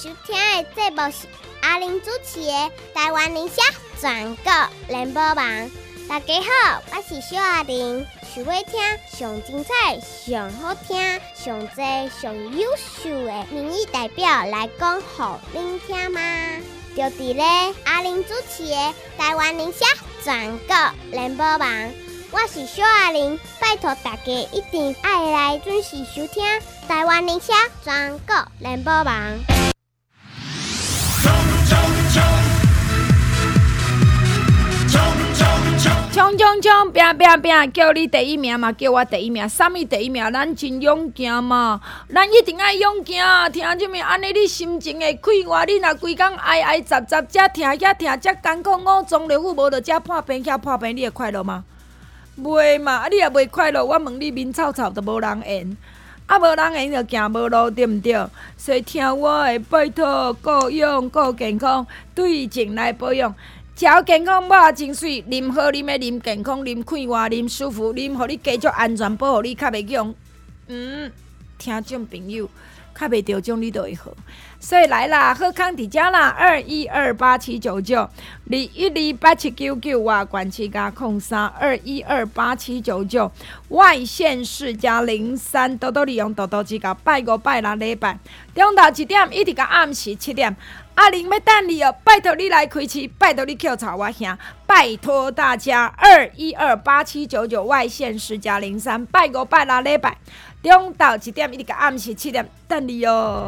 收听的节目是阿玲主持的台湾理想全国联播网。大家好，我是小阿玲，想要听上精彩、上好听、上多、上优秀的民意代表来讲予您听吗？就伫咧阿玲主持的台湾理想全国联播网。我是小阿玲，拜托大家一定要来准时收听台湾理想全国联播网。 冲冲冲，拼拼拼，叫你第一名嘛，叫我第一名，啥物第一名？咱真勇敢嘛，咱一定爱勇敢。听什么？安尼你心情会快活？你若规工哀哀杂杂，遮听遐听，遮艰苦五脏六腑无着遮破病遐破病，你会快乐吗？袂嘛，啊你也袂快乐。我问你，面臭臭都无人缘，啊无人缘就行无路，对毋对？所以听我的，拜托顾养顾健康，对症来保养。食健康，肉真水，啉好啉的啉健康，啉快活，啉舒服，啉互你家族安全，保护你较袂用。听众朋友较袂着种，你就会好。所以来啦，好康伫遮啦，2128799，2128799，外管区加03，2128799，外县市加03，多多利用多多指教，拜五拜六礼拜，中昼1点一直到暗时7点。阿玲要等你哦，拜托你来开市，拜托你扣吵我兄，拜托大家2128799外县市加03，拜五拜六礼拜，中昼1点一直到暗时7点，等你哦。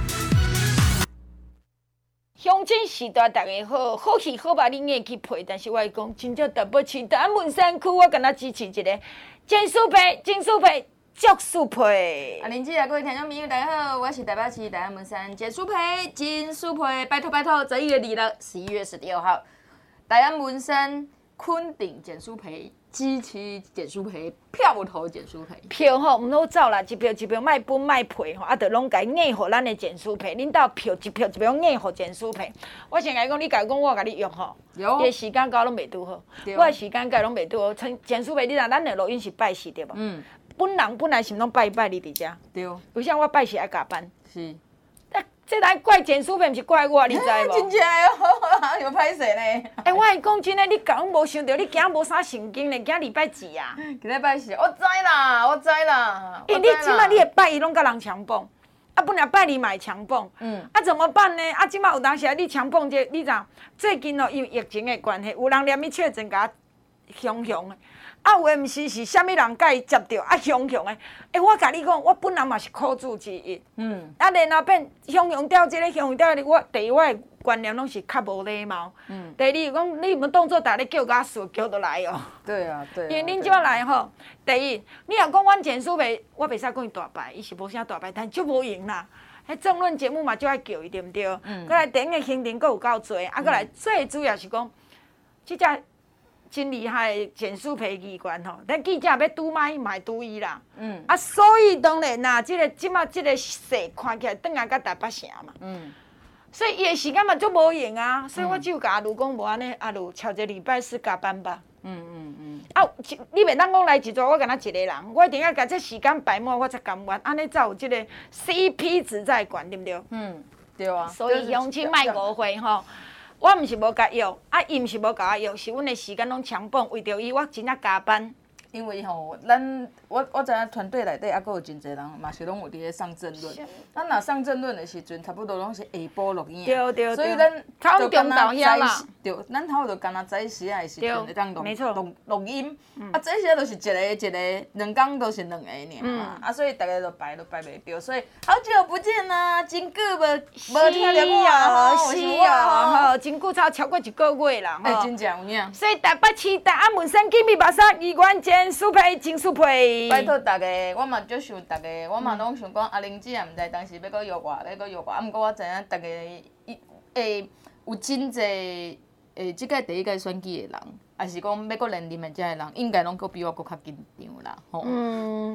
乡亲时代大家好，好气好吧，你硬去配，但是我讲真正台北市大安文山区，我敢若支持一个简书培、金书培。竹树培， 阿玲姐啊，各位听众朋友，大家好，我是台北市大安文山简书培、金书培，拜托拜托，11月2日、11月16号，大安文山昆顶简书培支持简书培，票投简书培， 票吼唔好走啦，一票一票卖分卖赔吼，啊，着拢甲伊硬互咱的简书培，恁兜票一票硬互简书培。我先甲你讲，你甲伊讲，我甲你用吼，伊的时间到拢袂拄好，我的时间甲拢袂拄好。简书培，你若咱的录音是拜四对无？本人本来是拢拜拜你伫遮， 对。 为啥我拜四爱加班？ 是。 这来怪简书培，毋是怪我，你知无？ 真正哦，有歹势呢。 我会讲真诶，你敢无想到，你今无啥神经呢？今礼拜四啊。 今礼拜四，我知啦，我知啦。 你即摆你的拜一拢甲人强蹦，啊，本来拜二嘛会强蹦，啊怎么办呢？啊，即摆有当时你强蹦者，你知最近哦，因为疫情的关系，有人连伊确诊甲凶凶的。啊，有诶，毋是啥物人甲伊接着啊，凶凶诶！我甲你讲，我本人嘛是苦主之一。啊，然后变凶凶掉即个凶凶掉哩，我第一我诶观念拢是较无礼貌。第二讲你无当作逐日叫甲事叫倒来哦。 对啊，对。 因为恁即摆来吼，第一，你若讲阮简书培，我袂使讲伊大牌，伊是无啥大牌，但足无用啦。迄政论节目嘛，就爱叫伊对毋对？搁来电影的行程搁有够多，啊，搁来最主要是讲，即只。真厉害的简书培议员吼，咱记者要拄麦嘛会拄伊啦。啊，所以当然啦，即摆即个势看起来转来甲台北城嘛。所以伊的时间嘛足无用啊，所以我只有甲阿如讲无安尼，阿如超一个礼拜4加班吧。啊，你袂当讲来一桌，我敢若一个人，我一定要甲这时间排满，我才甘愿，安尼才有即个 CP 值在管，对不对？ 对啊。 所以乡亲莫误会吼。我毋是无甲约，啊，伊毋是无甲我约，是阮的时间拢强蹦，为着伊，我真正加班。 因为吼，我知影团队内底还佫有真侪人嘛是拢有伫咧上政论。咱若上政论的时阵，差不多拢是下晡录影。 对。 所以咱就中昼遐嘛。 对，咱头就干那早时啊的时阵会当录音。啊，早时啊就是一个2工都是2个尔嘛。啊，所以大家都排袂着，所以好久不见啦，真久无听到我啊， 是哦，真久超过1个月啦。 真正有影。 所以台北市大安文山金密马山议员简书培、金书培。 拜托大家，我嘛足想大家，我嘛拢想讲阿玲姐也毋知当时要搁约我，啊，毋过我知影大家有真侪即届第一届选举的人，还是讲要搁连任的遮个人，应该拢搁比我搁较紧张啦，吼。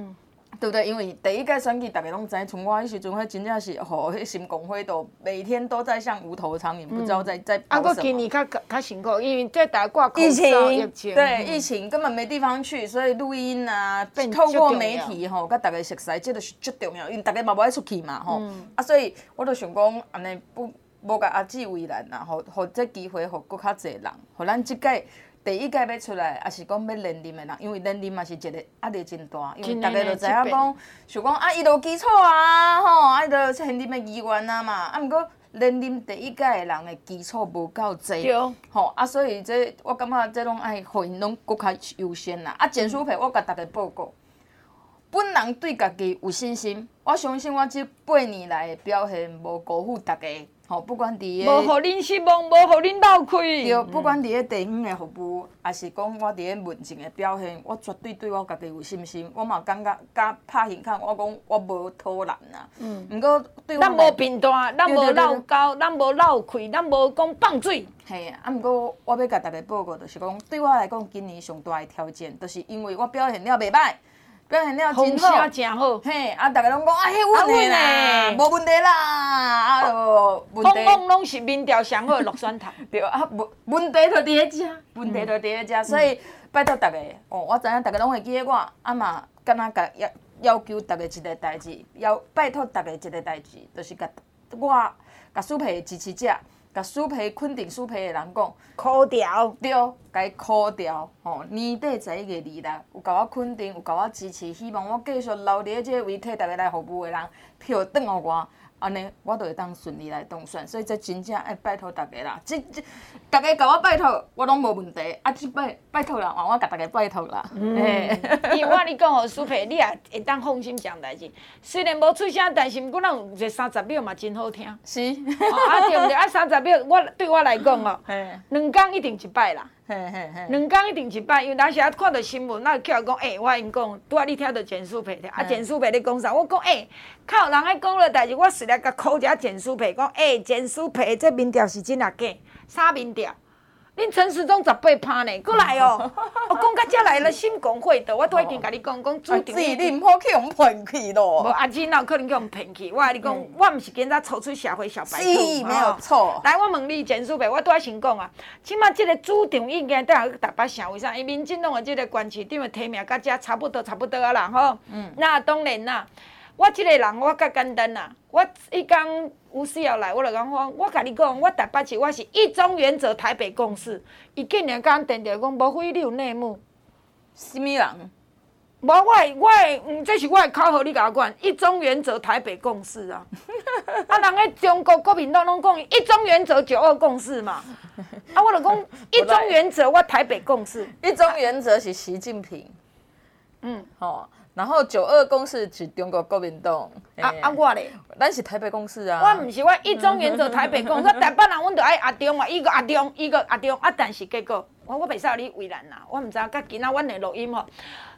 对不对？因为第一届选举，大家拢知，像我迄时阵，真正是吼，迄心公会都每天都在像无头苍蝇，不知道在跑什么。 今年较辛苦，因为这大家挂口罩疫情，对疫情根本没地方去，所以录音啊，透过媒体吼，甲大家熟悉，这就是最重要，因为大家嘛无爱出去嘛吼。所以我就想讲，安尼无甲阿姊为难啦，互这机会，互搁较侪人，互咱即届。第一届要出来，也是讲要连任的人，因为连任嘛是一个压力真大，因为大家都知影讲，想讲伊都基础啊，吼，伊都现任的议员啊嘛，毋过连任第一届的人的基础无够济，吼，所以这我感觉这拢爱互因拢搁较优先啦。简书培我甲大家报告，本人对家己有信心，我相信我这8年来的表现无辜负大家。吼，不管伫无互恁失望，无互恁闹开。 对，不管伫地方的服务，还是讲我伫问政的表现，我绝对对我家己有信心。我嘛感觉，甲拍胸腔，我讲我无偷懒啊。毋过对我， 咱无变大，咱无闹交，咱无闹开，咱无讲放水。 嘿啊，毋过我要甲大家报告，就是讲对我来讲，今年上大的挑战，就是因为我表现了袂歹。表现了真好， 真好。 嘿，大家拢讲迄稳的啦，无问题啦，问题。 往往拢是民调上好的落选头。 对问题就伫咧遮，问题就伫咧遮，所以拜托大家，我知影大家拢会记得我，嘛，敢若甲要求大家一个代志，拜托大家一个代志，就是甲苏培支持者。甲苏培肯定苏培的人讲， 考调对，甲伊考调，年底11月2日，有甲我肯定，有甲我支持，希望我继续留伫即个位替大家来服务的人，票转互我，安尼我就会当顺利来当选。所以这真正爱拜托大家啦，大家甲我拜托，我拢无问题。即拜托啦，我甲大家拜托啦。 因为我你讲，苏培，你也会当放心讲代志。虽然无出声，但是毋过咱有一30秒嘛，真好听。 是。 对毋对？30秒，对我来讲哦，2天一定一摆啦。2天一定一摆，因为当时看到新闻，就叫讲，我因讲，拄仔你听到简书培简书培咧讲啥？我讲，靠人咧讲了代志，我实来甲考一下简书培，讲，简书培这民调是真啊假？啥民调？恁陈时中18趴呢，过来哦！我讲到遮来了，心公会的，我都已经甲你讲主张。 你唔好去用骗去咯。 无阿姊哪有可能去用骗去？我甲你讲，我毋是今仔初出社会小白兔。 是，没有错。 来，我问你，简书培，我拄仔先讲啊，即马即个主场应该都要台北城，为啥？因为民进党的即个关市长的提名，甲遮差不多啊啦，吼。那当然啦。我即个人我较简单啦，我迄天吴思瑶来，我就讲我甲你讲，我台北市我是一中原则台北共识，伊竟然甲电调讲，无非你有内幕。 什么人？ 无这是我的口号，你甲我管一中原则台北共识啊！人咧中国国民党拢讲一中原则9·2共识嘛，我就讲一中原则我台北共识。 一中原则是习近平，然后9·2共识是中国国民党。 我咧， 咱是台北共识啊。 我毋是，我一中原则台北共识，台北人阮就爱阿中嘛，伊个阿中，但是结果我袂使你为难啦，我毋知影，甲今仔阮的录音吼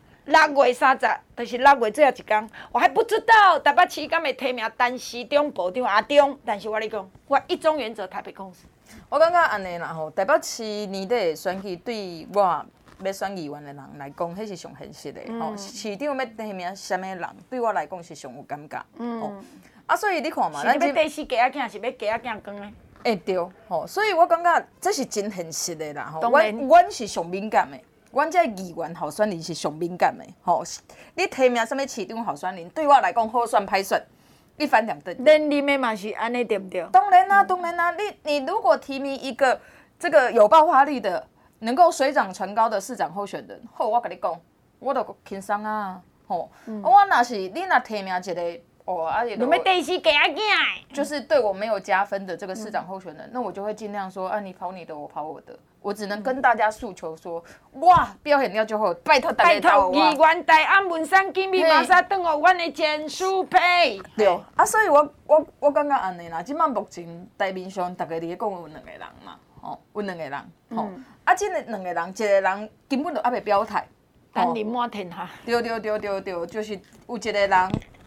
，6月30，就是6月最后一天，我还不知道台北市敢会提名陈时中部长阿中，但是我咧讲，我一中原则台北共识。 我感觉安尼啦吼，台北市年底的选举对我要选议员的人来讲，迄是上现实的吼。市长要提名什么人，对我来讲是上有感觉。所以你看嘛， 咱要第4家仔囝，是要家仔囝光的。 对，所以我感觉这是真现实的啦。阮是上敏感的，阮这议员候选人是上敏感的。你提名什么市长候选人，对我来讲好选歹选，一翻两瞪。 连任的嘛是安尼对不对？ 当然啦，你如果提名一个这个有爆发力的。能够水涨船高的市长候选人，我跟你讲，我就轻松啊，我若是你若提名一个， 你们第4家仔就是对我没有加分的这个市长候选人，那我就会尽量说，你跑你的，我跑我的，我只能跟大家诉求说，哇，表现了就好，拜托大家投我。 议员大安文山今日马上等候阮的简书培。 对，所以我感觉安尼啦，即摆目前台面上大家伫讲有2个人嘛。有2个人，这2个人，一个人根本就还袂表态， 单人满天下。 对，就是有一个人，就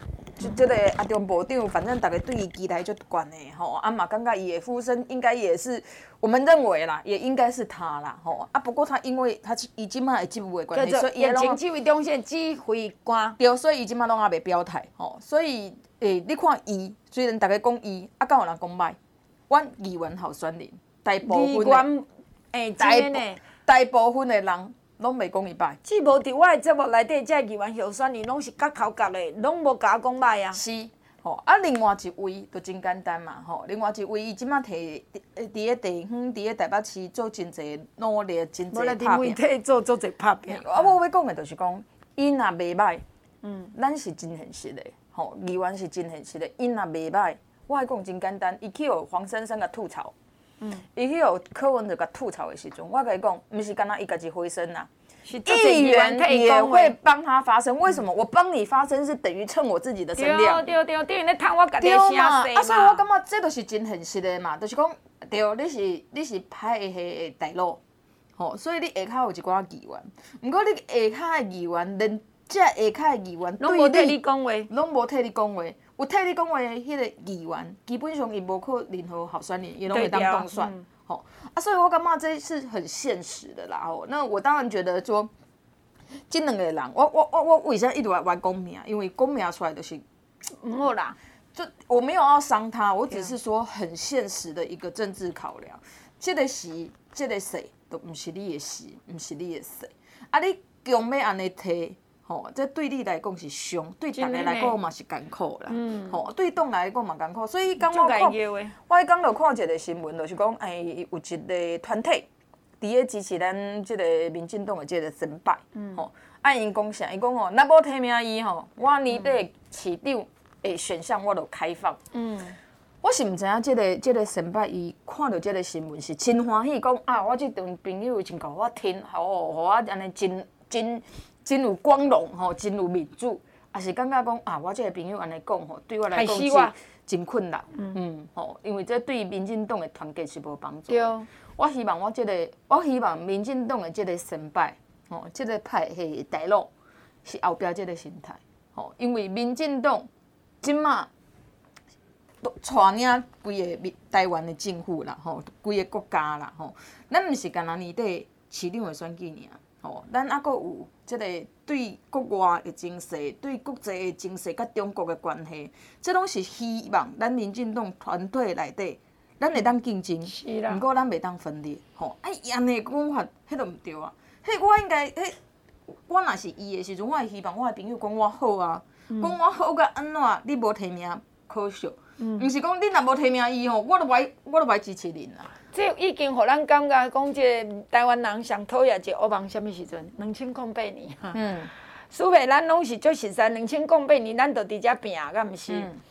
这个阿中部长，反正大家对伊期待就高的吼，啊嘛感觉伊的呼声应该也是我们认为啦，也应该是他啦吼。啊不过他因为伊即马的职务的关系，所以疫情指挥中心指挥官， 对，所以伊即马拢还袂表态吼。所以你看伊，虽然大家讲伊，啊敢有人讲歹，阮议员候选人大部分的大部分的人。拢袂讲伊歹， 只无伫我的节目内底，这议员候选人拢是角头角的，拢无甲我讲歹啊。 是，吼啊，另外一位就真简单嘛，吼，另外一位伊即马摕伫个地方，伫个台北市做真侪努力，真侪拍媒体做侪拍拼。 我要讲的就是讲，伊若袂歹，咱是真现实的，吼，议员是真现实的，伊若袂歹，我讲真简单，伊去互黄珊珊甲吐槽。伊去互柯文哲甲吐槽的时阵，我甲伊讲，毋是干那伊家己回声啦，议员也会帮他发声。为什么？我帮你发声是等于蹭我自己的声量。 对，等于咧趁我家己的声势嘛。 所以我感觉这就是真现实的嘛，就是讲，对，你是派系的大佬，吼，所以你下骹有一寡议员，毋过你下骹的议员，连这下骹的议员拢无替你讲话， 拢无替你讲话。有替你讲话的迄个议员，基本上伊无靠任何候选人，伊拢会当当选，吼所以我感觉这是很现实的啦，吼。那我当然觉得说，这两个人，我为啥一直来讲名？因为讲名出来就是唔好啦。 就我没有要伤他，我只是说很现实的一个政治考量。这个是这个势，都唔是你的势，唔是你的势。啊，你强要安尼摕。吼，这对你来讲是伤，对大家来讲嘛是艰苦啦。吼，对党来讲嘛艰苦，所以讲我看，我迄天就看一个新闻，就是讲，有一个团体伫咧支持咱即个民进党的即个成败。吼，因讲啥？伊讲哦，若无提名伊吼，我年底市长的选项我就开放。我是毋知影即个成败，伊看到即个新闻是真欢喜，讲啊，我即阵朋友真甲我听，互我安尼真有光荣吼，真有民主，也是感觉讲啊，我这个朋友安尼讲吼，对我来讲是真困难，吼，因为这对民进党的团结是无帮助。对，我希望民进党的这个成败，吼，这个派系大佬是后壁这个心态，吼，因为民进党即马带领规个台湾的政府啦，吼，规个国家啦，吼，咱毋是干那年底市长的选举尔。咱还阁有即个对国外的情势、对国际的情势、甲中国的关系，这拢是希望咱民进党团队内底，咱会当竞争，毋过咱袂当分裂。吼，安尼讲法，迄都毋对啊！我应该，我若是伊的时阵，我会希望我的朋友讲我好啊，讲我好甲安怎，你无提名可惜，毋是讲你若无提名伊吼，我都袂支持恁啦。 这已经互咱感觉讲，这台湾人上讨厌一个黑帮，什么时阵？2008年哈。苏培咱拢是足实在，2008年咱就伫遮拼，敢毋是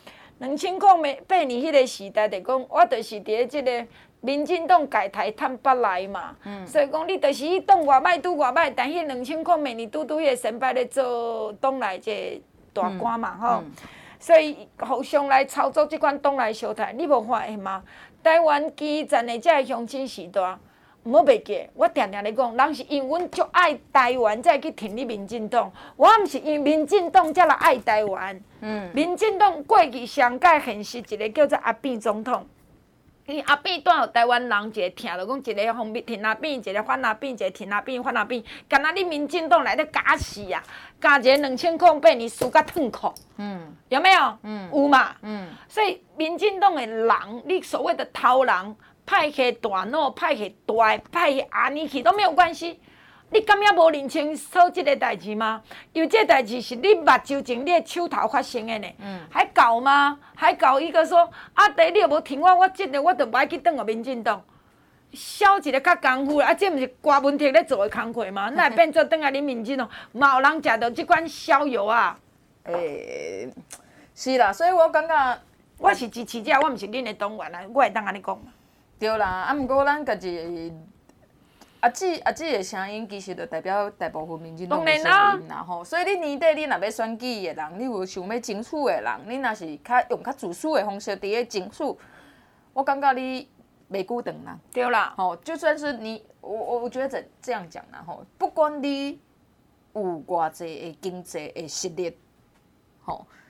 ？2008年迄个时代，就讲我就是伫即个民进党改台探北来嘛。所以讲你就是伊党外歹拄外歹，但迄2008年拄迄个陈柏咧做党内这大官嘛吼。所以互相来操作即款党内小台，你无发现吗？台湾基层的这乡亲时代，毋好袂记。我常常咧讲，人是因阮足爱台湾，才去挺你民进党。我毋是因民进党才来爱台湾。民进党过去上届现实一个叫做阿扁总统，因为阿扁带互台湾人一个听，就讲一个方面挺阿扁，一个反阿扁，一个挺阿扁反阿扁。干那你民进党来咧假死啊！加一个2008年输甲痛苦。有没有？有嘛。所以民进党的人，你所谓的头人，派系大脑、派系大、派系安尼去都没有关系。你敢也无认清楚这个代志吗？因为这个代志是你目睭前、你的手头发生的呢。还搞吗？还搞一个说啊，第你又无听我这个我就不爱去转个民进党。消一个较功夫啦，这毋是瓜文铁咧做的工课吗？那会变做转来恁民进党，嘛有人食到即款逍遥啊？ 是啦，所以我感觉我是支持者，我毋是恁的党员啦，我会当安尼讲嘛。 对啦，啊，毋过咱家己阿姊的声音，其实就代表大部分民进党的声音啦吼。所以你年底你若要选举的人，你有想要争取的人，你若是用较自私的方式伫咧争取，我感觉你袂久长啦。 对啦， 吼，就算是你，我觉得这样讲啦吼，不管你有偌济的经济的实力，吼，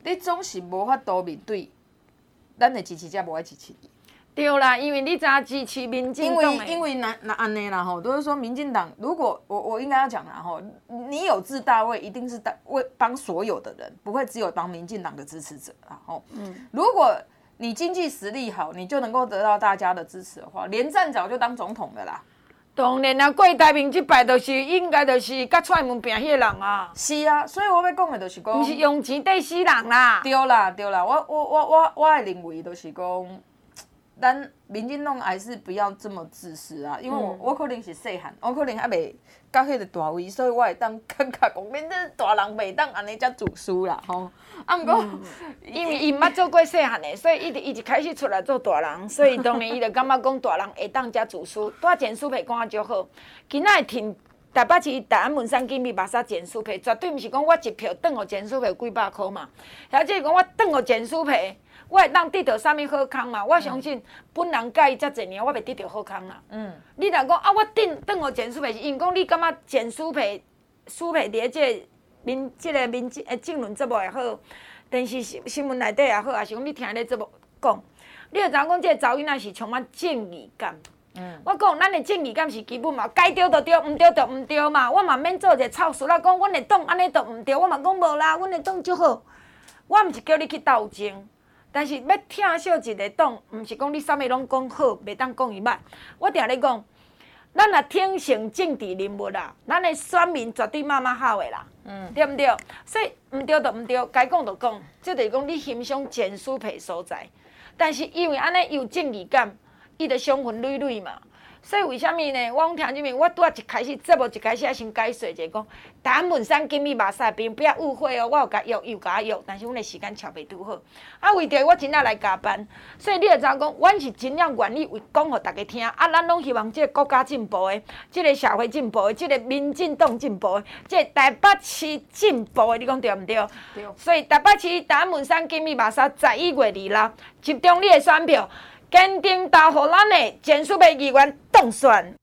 你总是无法度面对咱的支持者无爱支持你。 对啦，因为你知影支持民进党的， 因为那安尼啦吼，都是说民进党，如果我应该要讲啦吼，你有志大位，一定是为帮所有的人，不会只有帮民进党的支持者啦吼。如果你经济实力好，你就能够得到大家的支持的话，连战早就当总统了啦。 当然啊，郭台铭这摆就是应该就是甲蔡文拼迄个人啊。 是啊，所以我要讲的就是讲， 毋是用钱对死人啦。 对啦，我会认为就是讲。咱民进党还是不要这么自私啊，因为我可能是细汉，我可能还袂到迄个大位，所以我会当感觉讲，免这大人袂当安尼才自私啦，吼。啊，毋过因为伊毋捌做过细汉的，所以伊一开始出来做大人，所以当然伊就感觉讲大人会当才自私。带简书培讲啊足好，今仔挺台北市大安文山金美目沙简书培，绝对毋是讲我一票转互简书培几百箍嘛，或者讲我转互简书培。我会当得到啥物好康嘛？我相信本人教伊遮侪年，我袂得到好康啦。你若讲啊，我转互简书培，是因讲你感觉简书培伫即个政论节目也好，电视新闻内底也好，也是讲你听咧节目讲，你就知影讲即个查某囡仔是充满正义感。我讲咱的正义感是基本嘛，该对就对，毋对就毋对嘛。我嘛免做一个臭事啦，讲阮的党安尼就毋对，我嘛讲无啦，阮的党足好。我毋是叫你去斗争。但是要疼惜一个党，毋是讲你啥物拢讲好，袂当讲伊歹。我定咧讲，咱若挺成政治人物啦，咱的选民绝对骂好的啦，对毋对？所以毋对就毋对，该讲就讲，即就是讲你欣赏简书培所在。但是因为安尼有正义感，伊就伤痕累累嘛。所以为虾米呢？我讲听这面，我拄仔一开始节目一开始先解说者讲，大安文山金美目沙边不要误会哦，我有甲约，又甲约，但是阮的时间巧袂拄好。啊，为着我真正来加班，所以你会知影讲，阮是真正愿意为讲互大家听。啊，咱拢希望即个国家进步的，即个社会进步的，即个民进党进步的，即个台北市进步的，你讲对毋对？对。所以台北市大安文山金美目沙11月26，集中你的选票。坚定投予咱的简书培议员当选。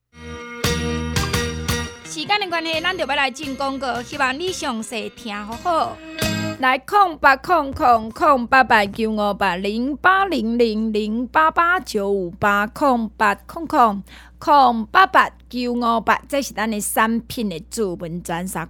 时间的关系，咱就要来进广告，希望你详细听好好。来0800-088-958-088958-0800-088-958，这是咱的产品的主文专线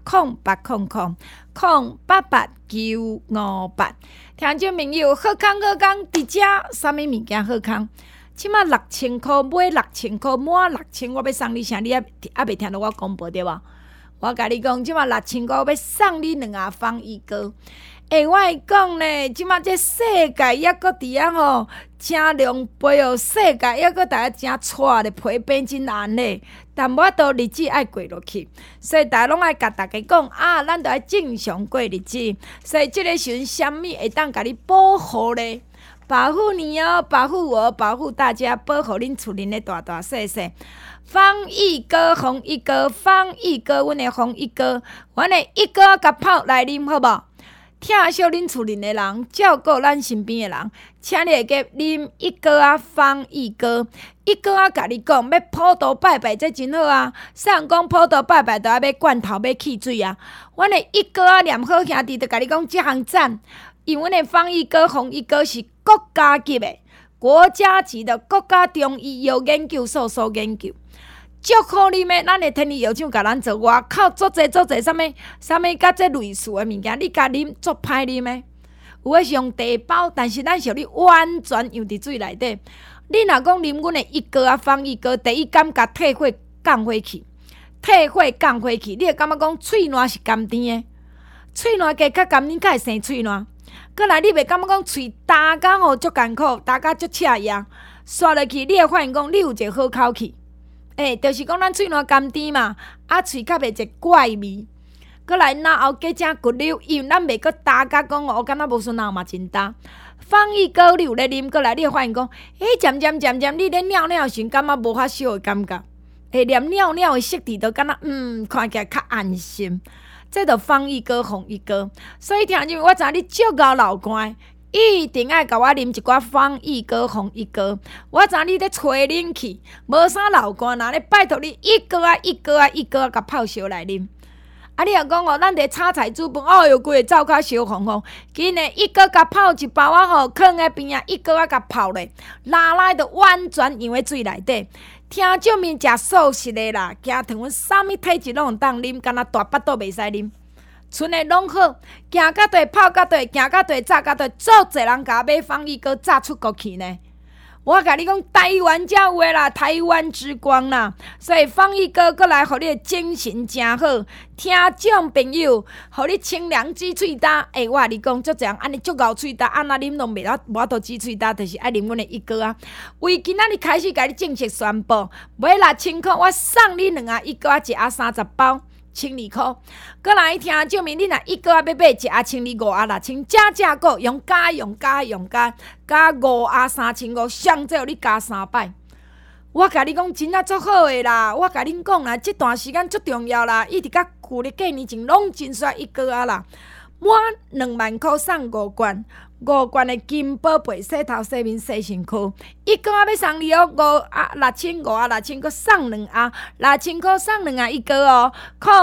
0800-088-958。听众朋友，好康伫遮，啥物物件好康？即马6000块买6000块，满6000我要送你啥？你还袂听到我广播对无？我甲你讲，即马6000块要送你2盒方一哥。我会讲呢，即马这世界抑搁伫遐吼，真量杯哦，世界抑搁大家真错咧，皮变真难咧。但我都日子爱过落去，所以大家拢爱甲大家讲啊，咱着爱正常过日子。所以即个时阵，啥物会当甲你保护咧？保护你哦，保护我，保护大家，保护恁厝恁的大大细细。方一哥，红一哥，方一哥，阮的红一哥，阮的一哥甲泡来啉好无？疼惜恁厝恁的人，照顾咱身边的人，请你会记啉一哥啊，方一哥，一哥啊，甲你讲，要普渡拜拜，这真好啊！虽然讲普渡拜拜，都要罐头，要汽水啊。阮的一哥啊，念好兄弟，就甲你讲这项赞，因为阮的方一哥、红一哥是国家级的、国家级的国家中医药研究所所研究。足好啉的，咱的天然药厂甲咱做外口足侪啥物甲这类似的物件，你甲啉足歹啉的。有诶是用茶包，但是咱是你完全用伫水内底。你若讲啉阮的一哥啊、方一哥，第一感觉退火降火气，退火降火气，你会感觉讲喙烂是甘甜的，喙烂加较甘甜，才会生喙烂。过来，你袂感觉讲喙焦甲吼足艰苦，焦甲足刺痒，刷落去，你会发现讲你有一个好口气。就是讲咱喙烂甘甜嘛，啊，喙较袂一个怪味。过来，然后加正骨溜，因为咱袂搁焦甲讲哦，敢若无孙闹嘛真焦。方一哥你有咧啉，过来你会发现讲，渐渐，你咧尿尿时感觉无法烧的感觉，连尿尿的色地都敢若看起来较安心。这就方一哥、红一哥，所以听众我知你足够老乖。一定爱甲我啉一寡方一哥、红一哥，我知你咧吹冷气，无啥流汗，哪咧拜托你一哥啊，甲泡烧来啉。 啊，你若讲哦，咱伫炒菜煮饭，哦哟，规个灶骹烧红红，紧诶，一个甲泡一包仔吼，放喺边啊，一个甲泡咧，拉来就完全养喺水内底。听少面食素食的啦，加糖，阮啥物体质拢有当啉，敢若大巴肚袂使啉。剩的拢好，行到地泡到地，行到地炸到地，足侪人甲买放伊个炸出国去呢。我甲你讲，台湾才有诶啦，台湾之光啦，所以放伊哥过来，互你精神真好。听众朋友，互你清凉止喙焦。我甲你讲，足侪人安尼足敖喙焦，安那啉拢袂无度止喙焦，就是爱啉阮的一哥啊。为今仔日开始，甲你正式宣布，买6000块，我送你2盒一哥仔，1盒30包。12块，过来听证明，你若一个要买1盒1200，5盒6000，正个用加5盒3500，上最后你加3摆。我甲你讲，真正足好诶啦！我甲恁讲啦，这段时间足重要啦，一直甲旧日过年前拢真煞一个啦，满2万块送5罐。5罐的金宝贝洗头、洗面、洗身躯，一个要送你哦，5盒6000，5盒6000，佮送2盒，6000块送2盒一个哦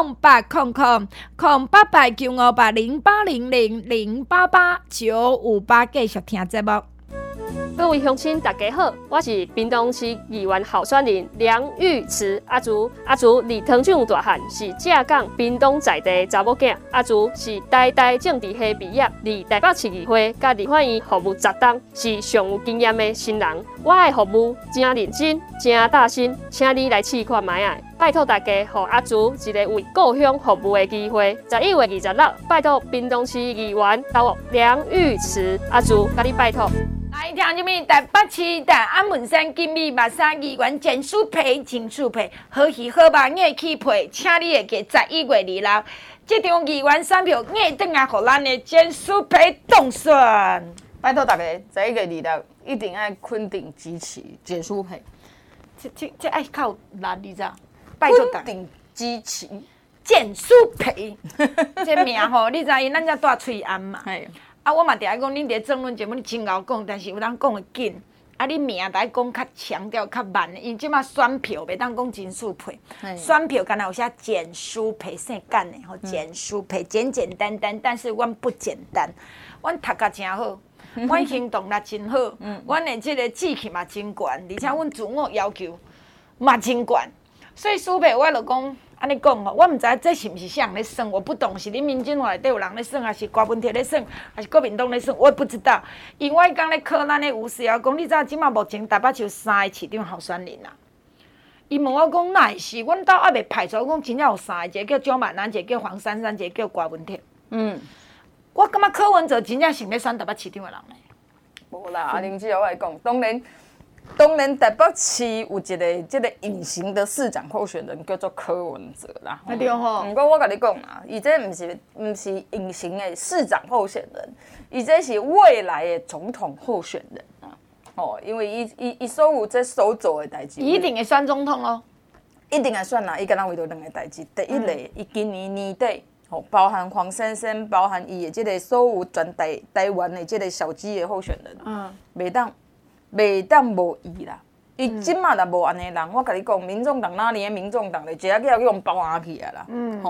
，0800-0800-0800-0888-958，继续听节目。 各位乡亲，大家好，我是屏东市议员候选人梁玉慈阿竹。阿竹离糖厂大汉，是正港屏东在地查某囝。阿竹是台大政治系毕业，离台北市议会甲立法院服务10冬，是上有经验的新人。我的服务真认真，真大心，请你来试看卖啊！拜托大家，给阿竹一个为故乡服务的机会。11月26，拜托屏东市议员投梁玉慈阿竹，甲你拜托。 来听什么？台北市大安文山金美目山议员简淑培，好戏好吧？硬起配，请你会记11月26，这场议员选票硬转来，互咱的简淑培当选。 拜托大家11月26一定要肯定支持简淑培。 这爱靠力，你知道？拜托大家肯定支持简淑培，这名吼，你知影咱遮住翠安嘛？啊，我嘛定爱讲，恁伫争论节目，你真敖讲，但是有人讲会紧。啊，你名得爱讲较强调较慢的，因即马选票袂当讲简淑培，选票敢若有写简淑培姓简的吼，简淑培简简单单，但是阮不简单，阮读甲真好，阮行动力真好，阮的即个志气嘛真悬，而且阮自我要求嘛真悬，所以淑培我就讲。安尼讲吼，我毋知这是毋是啥人咧算，我不懂是恁民进党内底有人咧算，还是郭文铁咧算，还是国民党咧算，我不知道。因为我刚咧考咱的吴思瑶讲，你知影即马目前台北市有3个市长候选人啊。伊问我讲哪会是？阮兜还袂排除讲真正有3个，一个叫蒋万安，一个叫黄珊珊，一个叫郭文铁。我感觉柯文哲真正是要选台北市长的人咧。 无啦，阿玲姐，我来讲，当然，台北市有一个这个隐形的市长候选人叫做柯文哲啦。 对吼。 不过我跟你讲啊，伊这不是隐形的市长候选人，伊这是未来的总统候选人啊。因为伊所有这所做的代志， 一定会选总统咯。 一定会选啦！伊敢若为着2个代志，第一个，伊今年年底，包含黄珊珊，包含伊的这个所有全台湾的这个小鸡的候选人，袂当无伊啦！伊即马若无安尼人，我甲你讲，民众党哪年的民众党咧，一下叫用包下去啊啦！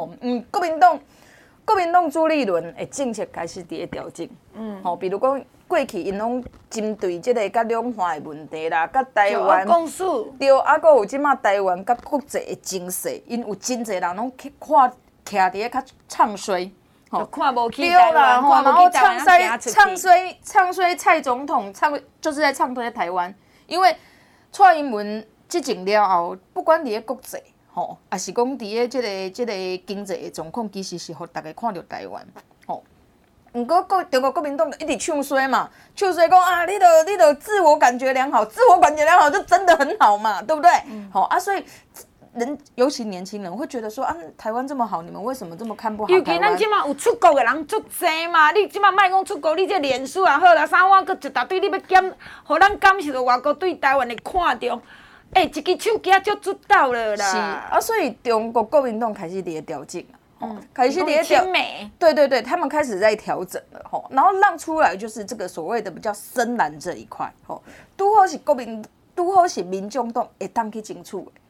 国民党朱立伦的政策开始伫咧调整，比如讲过去因拢针对即个甲两岸的问题啦，甲台湾对，啊，搁有即马台湾甲国际的情势，因有真侪人拢去看徛伫咧较唱衰。 看无起对啦，然后唱衰蔡总统，就是在唱衰台湾。因为蔡英文执政了后，不管伫咧国际，也是讲伫咧即个经济的状况，其实是互大家看到台湾。毋过中国国民党就一直唱衰嘛，唱衰讲啊，你著自我感觉良好，自我感觉良好就真的很好嘛，对不对？所以。尤其年轻人会觉得说啊，台湾这么好，你们为什么这么看不好台湾？ 尤其咱即马有出国的人足济嘛，你即马莫讲出国，你这脸书也好啦，啥我搁一大堆，你要检，互咱感受到外国对台湾的看重。一支手机就做到了啦。 是啊，所以中国国民党开始伫咧调整啊，开始伫咧亲美。 对，他们开始在调整了然后让出来就是这个所谓的比较深蓝这一块拄好是民众党会当去争取的。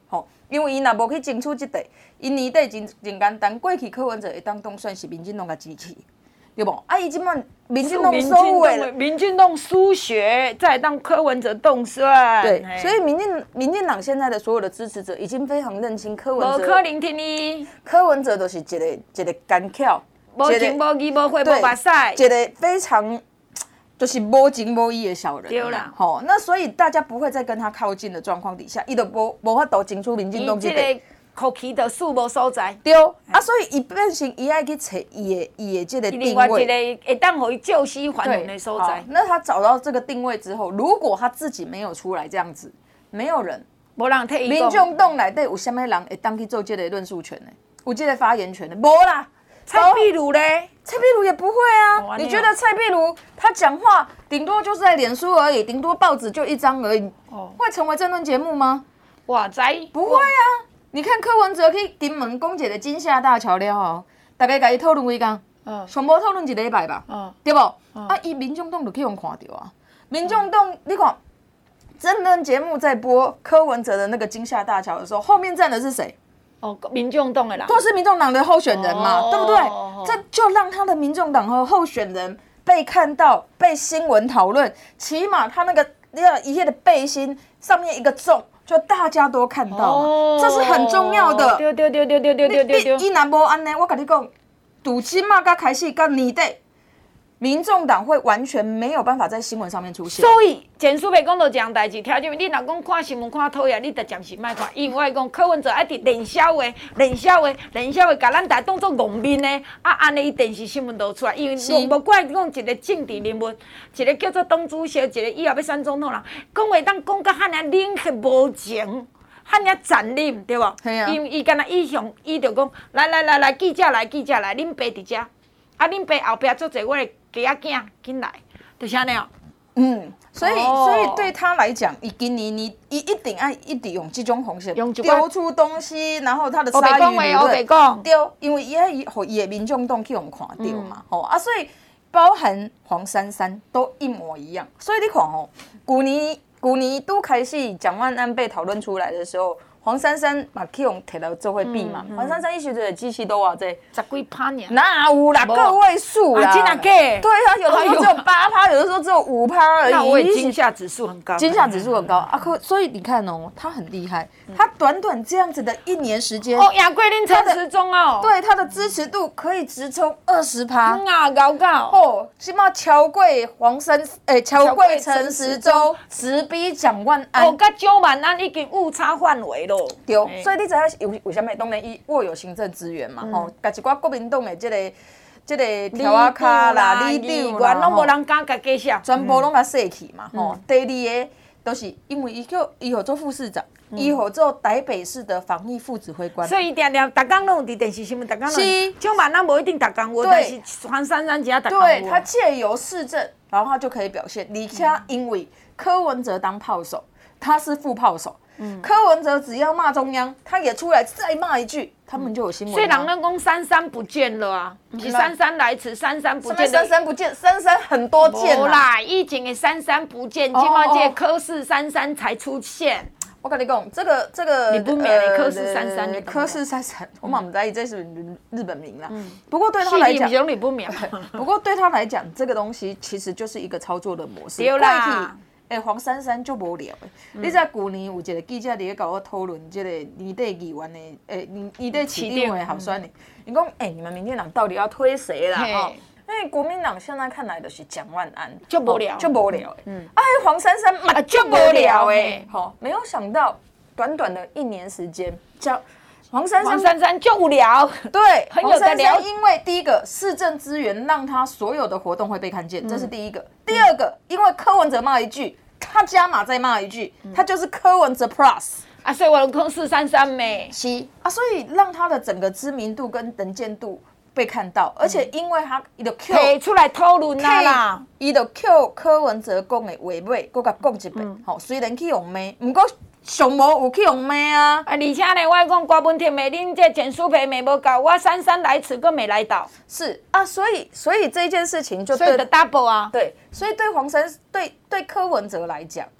吼，因为伊若无去争取即块，因年底真简单，过去柯文哲会当当选是民进党甲支持，对无？啊，伊即摆民进党所有的民进党输血，再当柯文哲动算。 对，所以民进党现在的所有的支持者已经非常认清柯文哲。 无可能听你。 柯文哲就是一个干巧， 无情无义无悔无目屎， 一个非常就是无情无义的小人。 对啦， 吼，那所以大家不会在跟他靠近的状况底下，伊就无法度争取民进党这个。 福气的数无所在， 对啊，所以伊变成伊爱去找伊的这个定位， 另外一个会当互伊救死还魂的所在。 那他找到这个定位之后，如果他自己没有出来这样子，没有人， 无人替伊。 民众党内底有啥物人会当去做这个论述权呢？有这个发言权的，无啦。 蔡壁如嘞？ 蔡壁如也不会啊。你觉得蔡壁如他讲话顶多就是在脸书而已，顶多报纸就一张而已，会成为政论节目吗？ 哇塞， 不会啊。你看柯文哲去金门讲一个金厦大桥了后，大家甲伊讨论几工，上无讨论一礼拜吧，对不？啊，伊民众党就去用看到啊。民众党，你看，政论节目在播柯文哲的那个金厦大桥的时候，后面站的是谁？ 哦，民众党的人， 都是民众党的候选人嘛，对不对？这就让他的民众党和候选人被看到、被新闻讨论，起码他那个一切的背心上面一个重。就大家都看到嘛，这是很重要的。 对。 伊若无安尼，我跟你讲，赌金嘛，刚开始到年底，民众党会完全没有办法在新闻上面出现。 所以简书袂讲到这样代志，听见没？你若讲看新闻看讨厌，你得暂时莫看，因为我讲柯文哲爱伫冷笑话，甲咱大当做戆面呢。啊，安尼伊电视新闻都出来，因为无怪讲一个政治人物，一个叫做党主席，一个以后要选总统人，讲话当讲甲遐尔冷血无情。遐尔残忍，对无？因为伊敢若伊就讲，来，记者来，恁爸伫遮，啊，恁爸后壁做侪我的家囝紧来，就是安尼哦。 所以对他来讲，伊今年伊一定爱一直用这种方式丢出东西，然后他的鲨鱼理论丢，因为伊爱互伊的民众党去用看到嘛，所以包含黄珊珊都一模一样。所以你看旧年都开始蒋万安被讨论出来的时候，黄珊珊嘛去用摕到做伙比嘛。黄珊珊一时阵支持都偌济 ，10几趴呢？ 哪有啦，个位数啦。 真的假？ 对啊，有的时候只有8%，有的时候只有5%而已。 那我惊吓指数很高。 惊吓指数很高啊！所以你看哦，他很厉害，他短这样子的1年时间， 亚桂林陈时中哦， 对他的支持度可以直冲20%。 高哦，起码超过陈时中，直逼蒋万安。 哦，甲蒋万安已经误差范围咯。 对，所以你知影为什么？当然伊握有行政资源嘛，甲一寡国民党的这个条仔卡啦、里长啦， 拢无人敢甲介绍， 全部拢甲洗去嘛。第二个都是因为伊有做副市长，伊有做台北市的防疫副指挥官， 所以常常逐工拢有伫电视新闻，逐工拢有。蒋万安无一定逐工有，但是黄珊珊只要逐工有。 对，他借由市政，然后他就可以表现。而且因为柯文哲当炮手，他是副炮手。柯文哲只要骂中央，他也出来再骂一句，他们就有新闻。 所以人拢讲珊不见了啊，是珊来迟，珊不见。 珊不见，珊很多见啦。以前的珊不见，今嘛这柯氏珊才出现。 我跟你讲，这个你不免的柯氏珊， 柯氏珊，我嘛不在意，这是日本名啦。不过对他来讲， 你不免。 不过对他来讲，这个东西其实就是一个操作的模式。 对啦。 黄珊珊就无聊你知旧年有一个记者伫咧甲我讨论这个年底议员的年底市长的候选人，伊讲你们民进党到底要推谁啦？因为国民党现在看来就是蒋万安， 就无聊黄珊珊嘛就无聊没有想到短的1年时间，黄珊珊就无聊， 对， 很有的聊。 因为第一个市政资源让他所有的活动会被看见，这是第一个。第二个，因为柯文哲骂一句，他加码再骂一句，他就是柯文哲 Plus 啊，所以我讲433没所以让他的整个知名度跟能见度被看到，而且因为他伊就提出来讨论啦， 伊就 Q 柯文哲讲的话尾，搁甲讲一遍。虽然去用骂，不过。上无有去用骂啊！ 而且呢，我讲郭文天骂恁这简书培骂无够，我珊来迟佫没来到。 是啊，所以这件事情就对的 double 啊。 对，所以对黄珊对柯文哲来讲，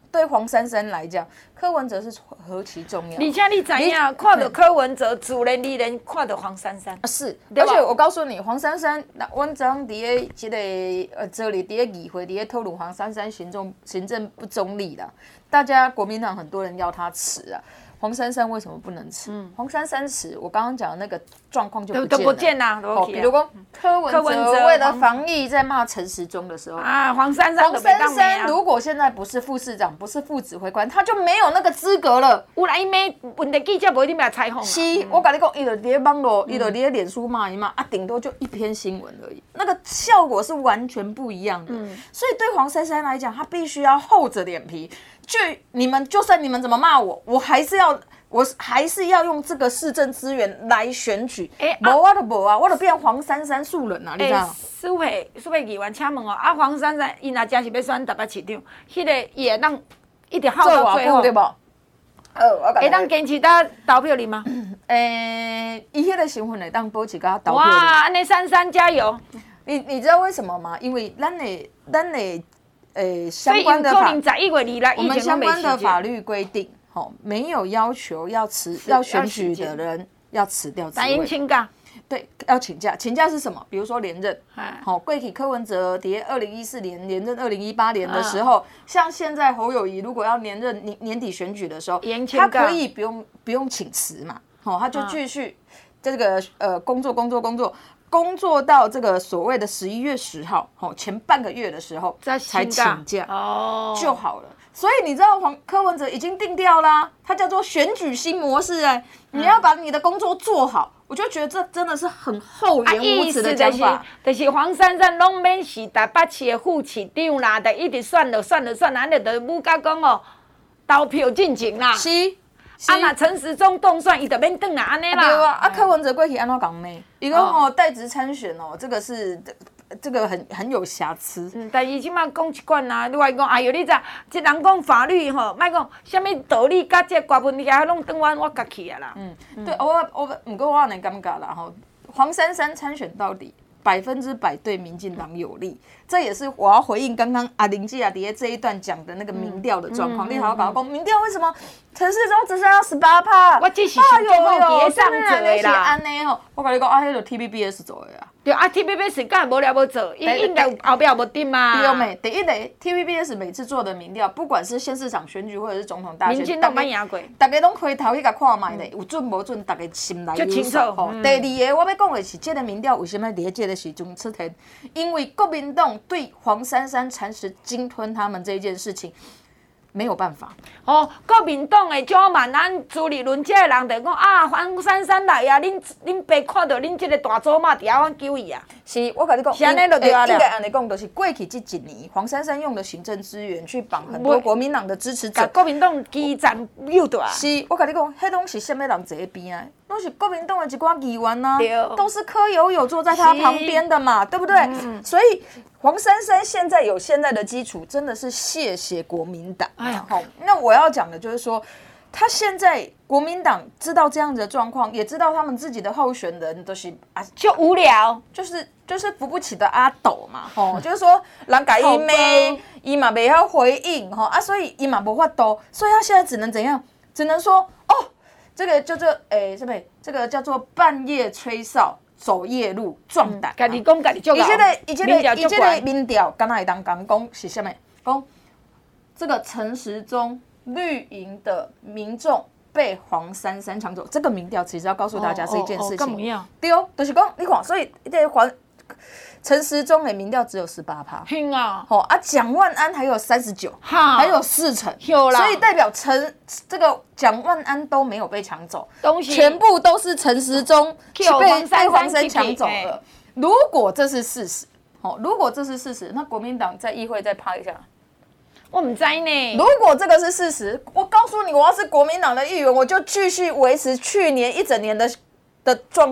对黄珊珊来讲，柯文哲是何其重要。 而且你知影，看到柯文哲，自然你能看到黄珊珊。 是，而且我告诉你，黄珊珊，阮昨伫咧这个这里伫咧议会伫咧讨论黄珊珊行政不中立啦，大家国民党很多人要他辞啊。黄珊珊为什么不能辞？黄珊珊辞，我刚刚讲的那个状况就不见了。 都不见啦， 比如说柯文哲为了防疫在骂陈时中的时候啊，黄珊珊如果现在不是副市长，不是副指挥官，他就没有那个资格了。 有来咩问题记者不一定来采访。 是，我跟你讲，伊就伫咧网络，伊就伫咧脸书骂一骂啊，顶多就一篇新闻而已，那个效果是完全不一样的。所以对黄珊珊来讲，他必须要厚着脸皮。就算你们怎么骂我，我还是要用这个市政资源来选举。无我就无啊，我就变黄珊珊素人啊，你知道？ 苏培议员，请问哦，黄珊珊伊若真是要选台北市长，迄个伊会当一直耗到最后， 对不？ 会当坚持到投票哩吗？ 伊迄个身份会当保持到投票哩。 哇，安尼珊珊加油！ 你知道为什么吗？因为咱的相关的我们相关的法律规定，没有要求要选举的人要辞掉职位。 请假。 对，要请假。请假是什么？比如说连任。过去柯文哲伫2014年连任2018年的时候，像现在侯友宜如果要连任年底选举的时候，他可以不用请辞嘛，他就继续这个工作到这个所谓的11月10号，前半个月的时候才请假就好了。所以你知道柯文哲已经定调啦，它叫做选举新模式你要把你的工作做好。我就觉得这真的是很厚颜无耻的讲法。 就是黄珊珊拢免是台北市的副市长啦，就一直算了，安尼就母甲讲哦，投票进行啦。 是。 那陈时中动算，伊就免转啦，安尼啦。 对啊，柯文哲过去安怎讲呢？伊讲代职参选这个很有瑕疵。 但伊即摆讲一贯啦，你话讲，哎呦，你知，即人讲法律莫讲什么道理，甲这大部分遐拢转弯我家去啊啦。 对，不过我也能感觉啦黄珊珊参选到底100%对民进党有利，这也是我要回应刚刚阿玲姐啊这一段讲的那个民调的状况。你好搞讲民调为什么陈世忠只剩下18%？ 我只是想讲伫上做的啦。 安尼我跟你讲，迄个 TVBS 做的啊。 对啊 ，TVBS 敢无了无做，伊应该后壁无定嘛。 对没？第一类 TVBS 每次做的民调，不管是县市长选举或者是总统大选， 民进党没赢过， 大家拢回头去甲看卖咧，有准无准，大家心内有数。第二个我要讲的是，这个民调为什么伫这个时阵出现？因为国民党对黄珊珊蚕食鲸吞他们这一件事情。没有办法国民党的蒋万安、朱立伦这些人就讲啊，黄珊珊来啊，恁爸看到恁这个大祖妈伫遐阮救伊啊。 是，我跟你讲， 是安尼就对啊。 应该安尼讲，就是过去这几年，黄珊珊用的行政资源去绑很多国民党的支持者， 国民党基站诱导啊。 是，我跟你讲，迄拢是什么人坐在边啊？都是国民党的一寡议员啊，都是柯友友坐在他旁边的嘛，对不对？所以黄珊珊现在有现在的基础，真的是谢谢国民党。哎呀，好，那我要讲的就是说，他现在国民党知道这样子的状况，也知道他们自己的候选人都是就无聊， 就是扶不起的阿斗嘛，就是说人家伊骂，伊嘛袂晓回应所以伊嘛无法度，所以他现在只能怎样？只能说这个叫做这个叫做半夜吹哨走夜路壮胆。 家己讲家己做。 伊这个民调，敢若会当讲是什么？讲这个陈时中绿营的民众被黄珊珊抢走，这个民调其实要告诉大家是一件事情。对，就是讲你看，所以陈时中的民调只有18%，蒋万安还有39%，还有40%，所以代表这个蒋万安都没有被抢走，全部都是陈时中被黄珊抢走了。如果这是事实，那国民党在议会再拍一下。 我不知呢。 如果这个是事实，我告诉你，我要是国民党的议员，我就继续维持去年一整年的状况。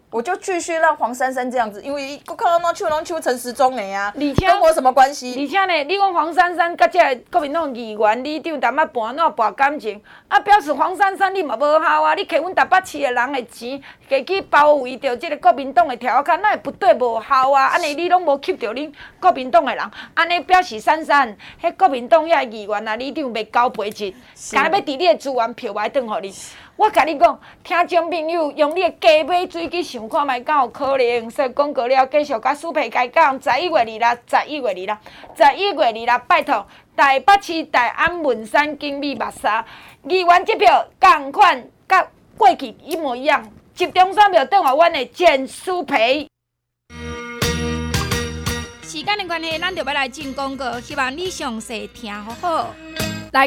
我就继续让黄珊珊这样子，因为我看到那拢唱陈时中的啊， 而且跟我什么关系？ 而且呢，你讲黄珊珊甲这个国民党议员、里长淡薄盘怎博感情，啊，表示黄珊珊你嘛无效啊！你摕阮台北市的人的钱，摕去包围着这个国民党的条卡，那会不对无效啊！安尼你拢无吸着恁国民党的人，安尼表示珊珊，迄国民党遐议员啊、里长袂交赔钱，干要伫你的资源票来转互你。我甲你讲，听众朋友用你的鸡尾水去想看觅，敢有可能？所以广告了，继续甲苏培开讲。11月26，拜托台北市大安文山景美目沙议员这票，同款甲过去一模一样，集中选票转互阮的简苏培。时间的关系，咱就要来进广告，希望你详细听好好。来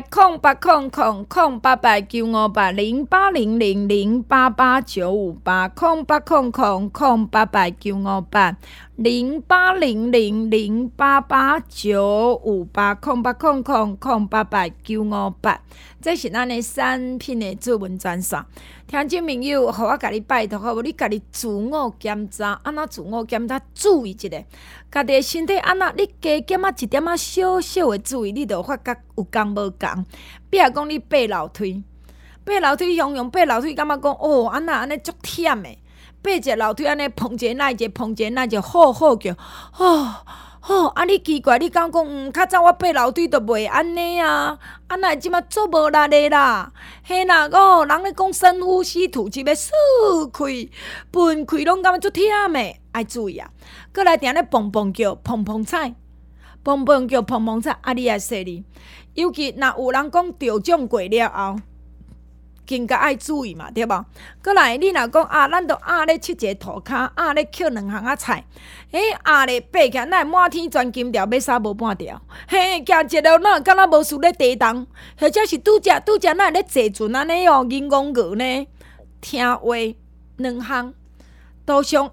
0800-958-088008800888-958，0800-958，这是咱的产品的主文专线。听众朋友，互我甲你拜托好无？你家己自我检查，安怎自我检查？注意一下，家己的身体安怎？你加减一点小小的注意，你就发觉有共无共。比如讲，你爬楼梯，爬楼梯用爬楼梯，感觉讲哦，安尼足忝的。爬一个楼梯安尼碰一个耐一个，碰一个耐一个，好叫啊！你奇怪，你敢讲较早我爬楼梯都袂安尼啊？安那即马做无力的啦，嘿啦人咧讲深呼吸，吐气要输开，分开拢感觉足忝的，爱注意啊！过来定咧蹦蹦叫，碰碰踩，蹦蹦叫，碰碰踩，啊！你爱说你，尤其若有人讲得奖过了后。更加爱注意嘛，对无？过来，你若讲啊，咱都咧七个涂骹，咧捡2项仔菜，咧爬起来，咱满天钻金条，要杀无半条。行一路，哪敢若无事咧地动，或者是拄则咱咧坐船安尼哦，人工鱼呢？听话2项，涂上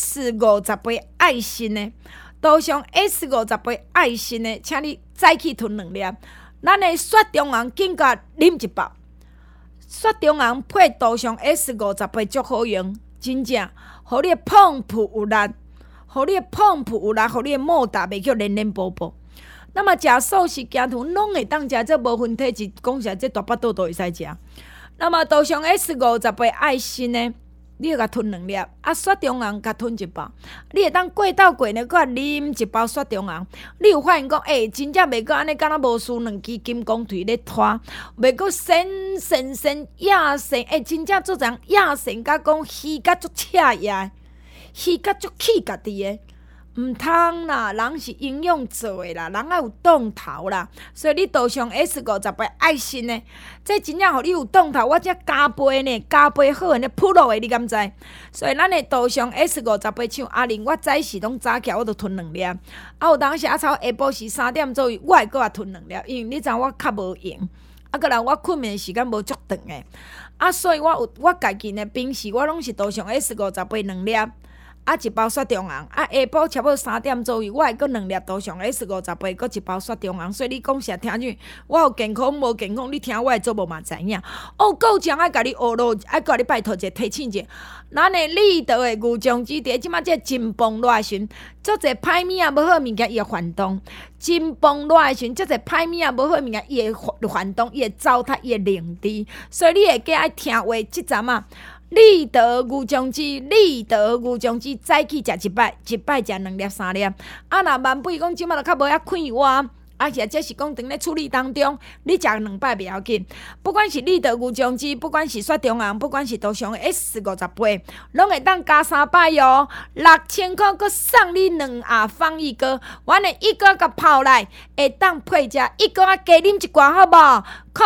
S50杯爱心的，涂上 S50杯爱心的，请你早起吞2粒。咱的雪中红紧甲啉1包。雪中红配涂上 S50杯足好用，真正，互你的碰扑有力，互你的毛达袂叫连连波波。那么食素食姜糖拢会当食，这无分体质，讲实这大巴肚都会使食。那么涂上 S50杯爱心呢？你要甲吞2粒，雪中红甲吞1包，你会当过到过呢，佮啉1包雪中红。你有发现讲，真正袂过安尼，敢若无输2支金刚腿咧拖，袂过神亚神，真正做人亚神，甲讲鱼甲足赤野，鱼甲足气家己的。毋通啦，人是营养做的啦，人爱有动头啦，所以你涂上 S50杯爱心的，这真正互你有动头，我这加倍呢，加倍好呢，铺路的，你敢知？所以咱会涂上 S50杯，像阿玲，我早时拢早起我都吞2粒，有当时差下晡时3点左右，我会搁吞2粒，因为你知我较无闲，过来我困眠时间无足长的，所以我家己呢，平时我拢是涂上 S50杯2粒。1包雪中红，下晡差不多3点左右，我会搁2粒涂上 S50杯，搁1包雪中红。所以你讲啥听见？我有健康无健康，你听我的做无嘛知影。够强爱甲你学路，爱甲你拜托者提醒者。咱的立德的牛樟芝伫即马这真崩热的时阵，足侪歹物啊，无好物件伊会反动。真崩热的时阵，足侪歹物啊，无好物件伊会反动，伊会糟蹋，伊会凝滞。所以你会加爱听话，即阵啊。立德牛樟芝，早起食1摆，食2粒3粒。若万不讲即马就较无遐快活。这是讲伫咧处理当中，你食2摆袂要紧。不管是立德牛樟芝，不管是雪中红，不管是涂上 S50杯，拢会当加3摆哟，6000块，佮送你2盒防疫膏。阮的一个甲泡来，会当配食一个加啉1罐，好无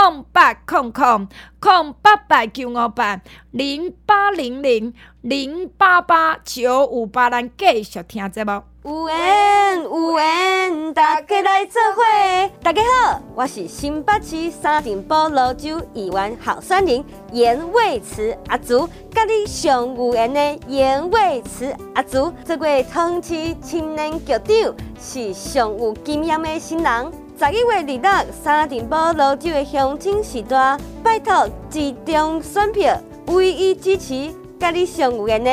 ？0800-0800-0888-958，咱继续听节目。 有缘，大家来做伙。大家好，我是新北市三重埔蘆洲议员候选人严惠慈阿竹，甲你上有缘的严惠慈阿竹，这位同市青年局长是上有经验的新人。11月26日，三重埔蘆洲的乡亲时代，拜托集中选票，唯一支持甲你上有缘的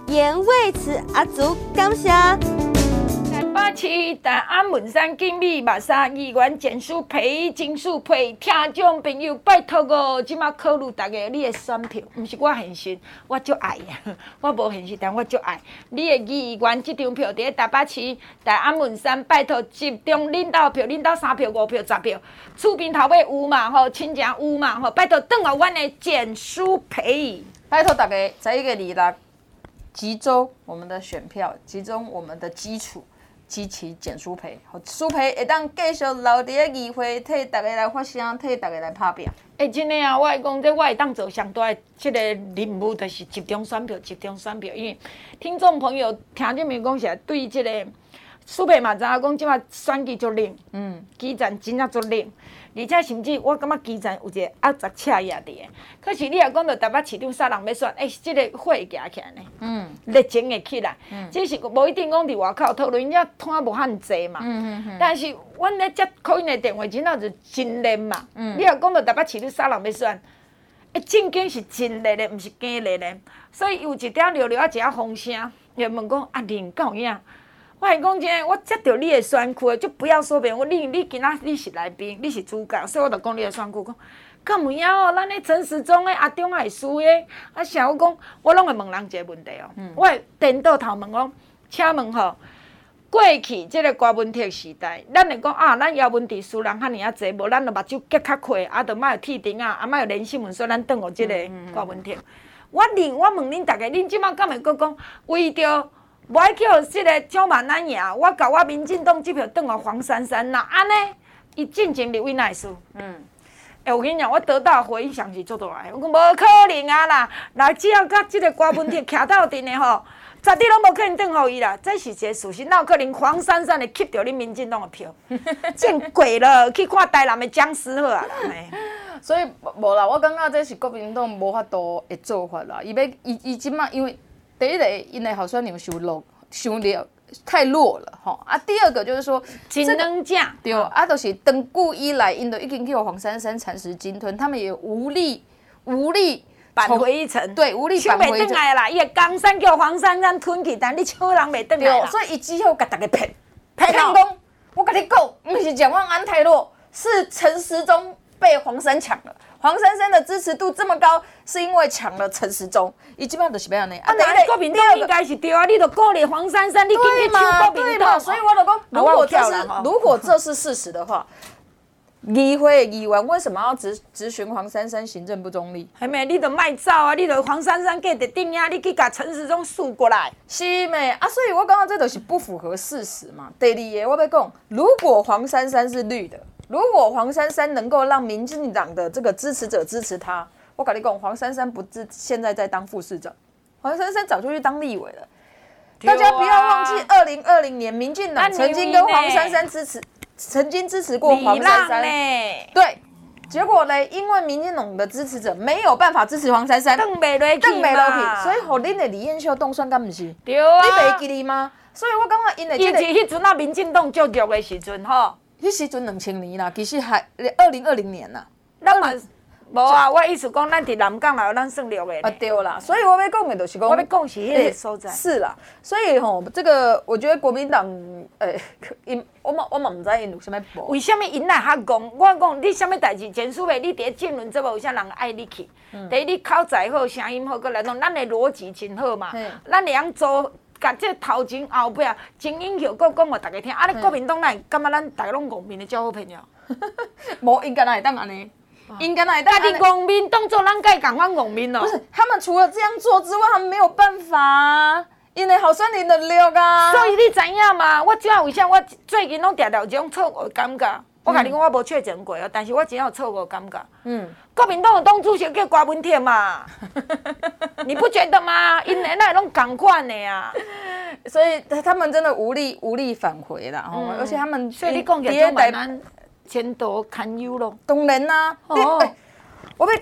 颜蔚慈阿祖，感谢。 台北市大安文山景美目沙议员简书培、金素培，听众朋友拜托哦，即马考虑大家你的选票，毋是我现实，我足爱啊，我无现实，但我足爱你的议员这张票，伫咧台北市大安文山，拜托集中领导票，领导3票、5票、10票，厝边头尾有嘛吼，亲情有嘛吼，拜托转互阮的简书培， 拜托大家在1月26集中我们的选票，集中我们的基础。支持简书培，互书培会当继续留伫咧议会，替大家来发声，替大家来拍拼。 真的啊，我会讲，这我会当做上大的这个任务，就是集中选票，集中选票。因为听众朋友听这面讲起来，对这个书培嘛知影讲，即马选举足冷，基层真正足冷，而且甚至我感觉基层有一个压闸车也伫的。可是你若讲到台北市长啥人要选，这个火会行起来呢，热情会起来。只是无一定讲伫外口讨论，因为摊无遐济嘛。但是阮咧接口音的电话，真正是真热嘛。你若讲到台北市长啥人要选，正经是真热的，毋是假热的。所以有一点聊聊一下风声，又问讲人敢有影？我是讲真，我接到你的选区，就不要说别人。你今仔你是来宾，你是主角，所以我就讲你的选区讲。敢有影哦？咱咧陈时中诶，阿中也会输诶。像我讲，我拢会问人一个问题哦。我会颠倒头问讲，请问吼，过去即个郭文铁时代，咱会讲咱姚文智输人遐尔啊济，无咱就目睭结较亏，就莫有铁钉莫有连新闻说咱转互即个郭文铁。我问恁大家，恁即摆敢会阁讲为着？无爱叫即个蒋万安赢，我甲我民进党这票转互黄珊珊，那安尼，伊进前立委哪会输？我跟你讲，我得到的回应上是足大个，我讲无可能啊啦！那只要甲即个郭文铁徛到阵的吼，10日拢无可能转互伊啦。这是一个事实，哪有可能黄珊珊会吸到恁民进党的票？真贵了，去看台南的僵尸好啊啦！ 所以无啦，我感觉这是国民党无法度的做法啦。伊即摆因为。第一个，因的候选人伤弱，太弱了吼。第二个就是说， 真能讲对，就是长久以来，因都已经叫黄珊珊蚕食鲸吞，他们也无力扳回一城。 对，无力扳回一城。 来啦，伊个江山叫黄珊珊吞去，但你抢人袂转来啦。 所以伊只好甲大家骗讲，我跟你讲，不是蒋万安太弱，是陈时中被黄珊抢了。黄珊珊的支持度这么高，是因为抢了陈时中，伊基本上就是要安尼。 国民党应该是对啊，你都鼓励黄珊珊，你今日抢国民党， 所以我就讲，如果这是事实的话，议会议员为什么要质询黄珊珊行政不中立？ 系咪？你都卖走啊！你都黄珊珊过得顶呀，你去甲陈时中诉过来。 是咩？所以我感觉这就是不符合事实嘛。第二个，我要讲，如果黄珊珊是绿的。如果黄珊珊能够让民进党的这个支持者支持他，我跟你讲，黄珊珊不是现在在当副市长，黄珊珊早就去当立委了。大家不要忘记，2020年民进党曾经跟黄珊珊曾经支持过黄珊珊。对，结果呢，因为民进党的支持者没有办法支持黄珊珊， 邓美落去， 所以互恁的李彦秀当选，敢不是？ 对啊， 你袂记哩吗？所以我感觉因的这个，伊是迄阵民进党足弱的时阵吼。 迄时阵2000年啦，其实还2020年啦。 咱嘛无啊，我意思讲，咱伫南港啦，咱算弱的。 对啦，所以我要讲的就是讲， 我要讲是迄个所在。 是啦，所以这个我觉得国民党，我嘛唔知因有啥物步。 为什么因来较戆？我讲你啥物代志，简书培，你伫咧政论这有啥人爱你去？第一，你口才好，声音好，过来讲，咱的逻辑真好嘛，咱会晓做。甲这头前后尾前因后果讲互大家听，你国民党哪会感觉咱大家拢戆面的照好朋友？ 无，应该哪会当安尼？应该哪会当？ 家己戆面当做咱该共款戆面哦。 不是，他们除了这样做之外，他们没有办法啊，因为候选人的弱啊。 所以你知影嘛？我即下为啥我最近拢常常有这种错误的感觉？我甲你讲，我无确诊过哦，但是我真有错误的感觉。国民党的党主席叫郭文铁嘛，你不觉得吗？因为那拢共款的啊， 所以他们真的无力返回啦。而且他们所以你讲起来，咱前途堪忧咯。 当然啦，我要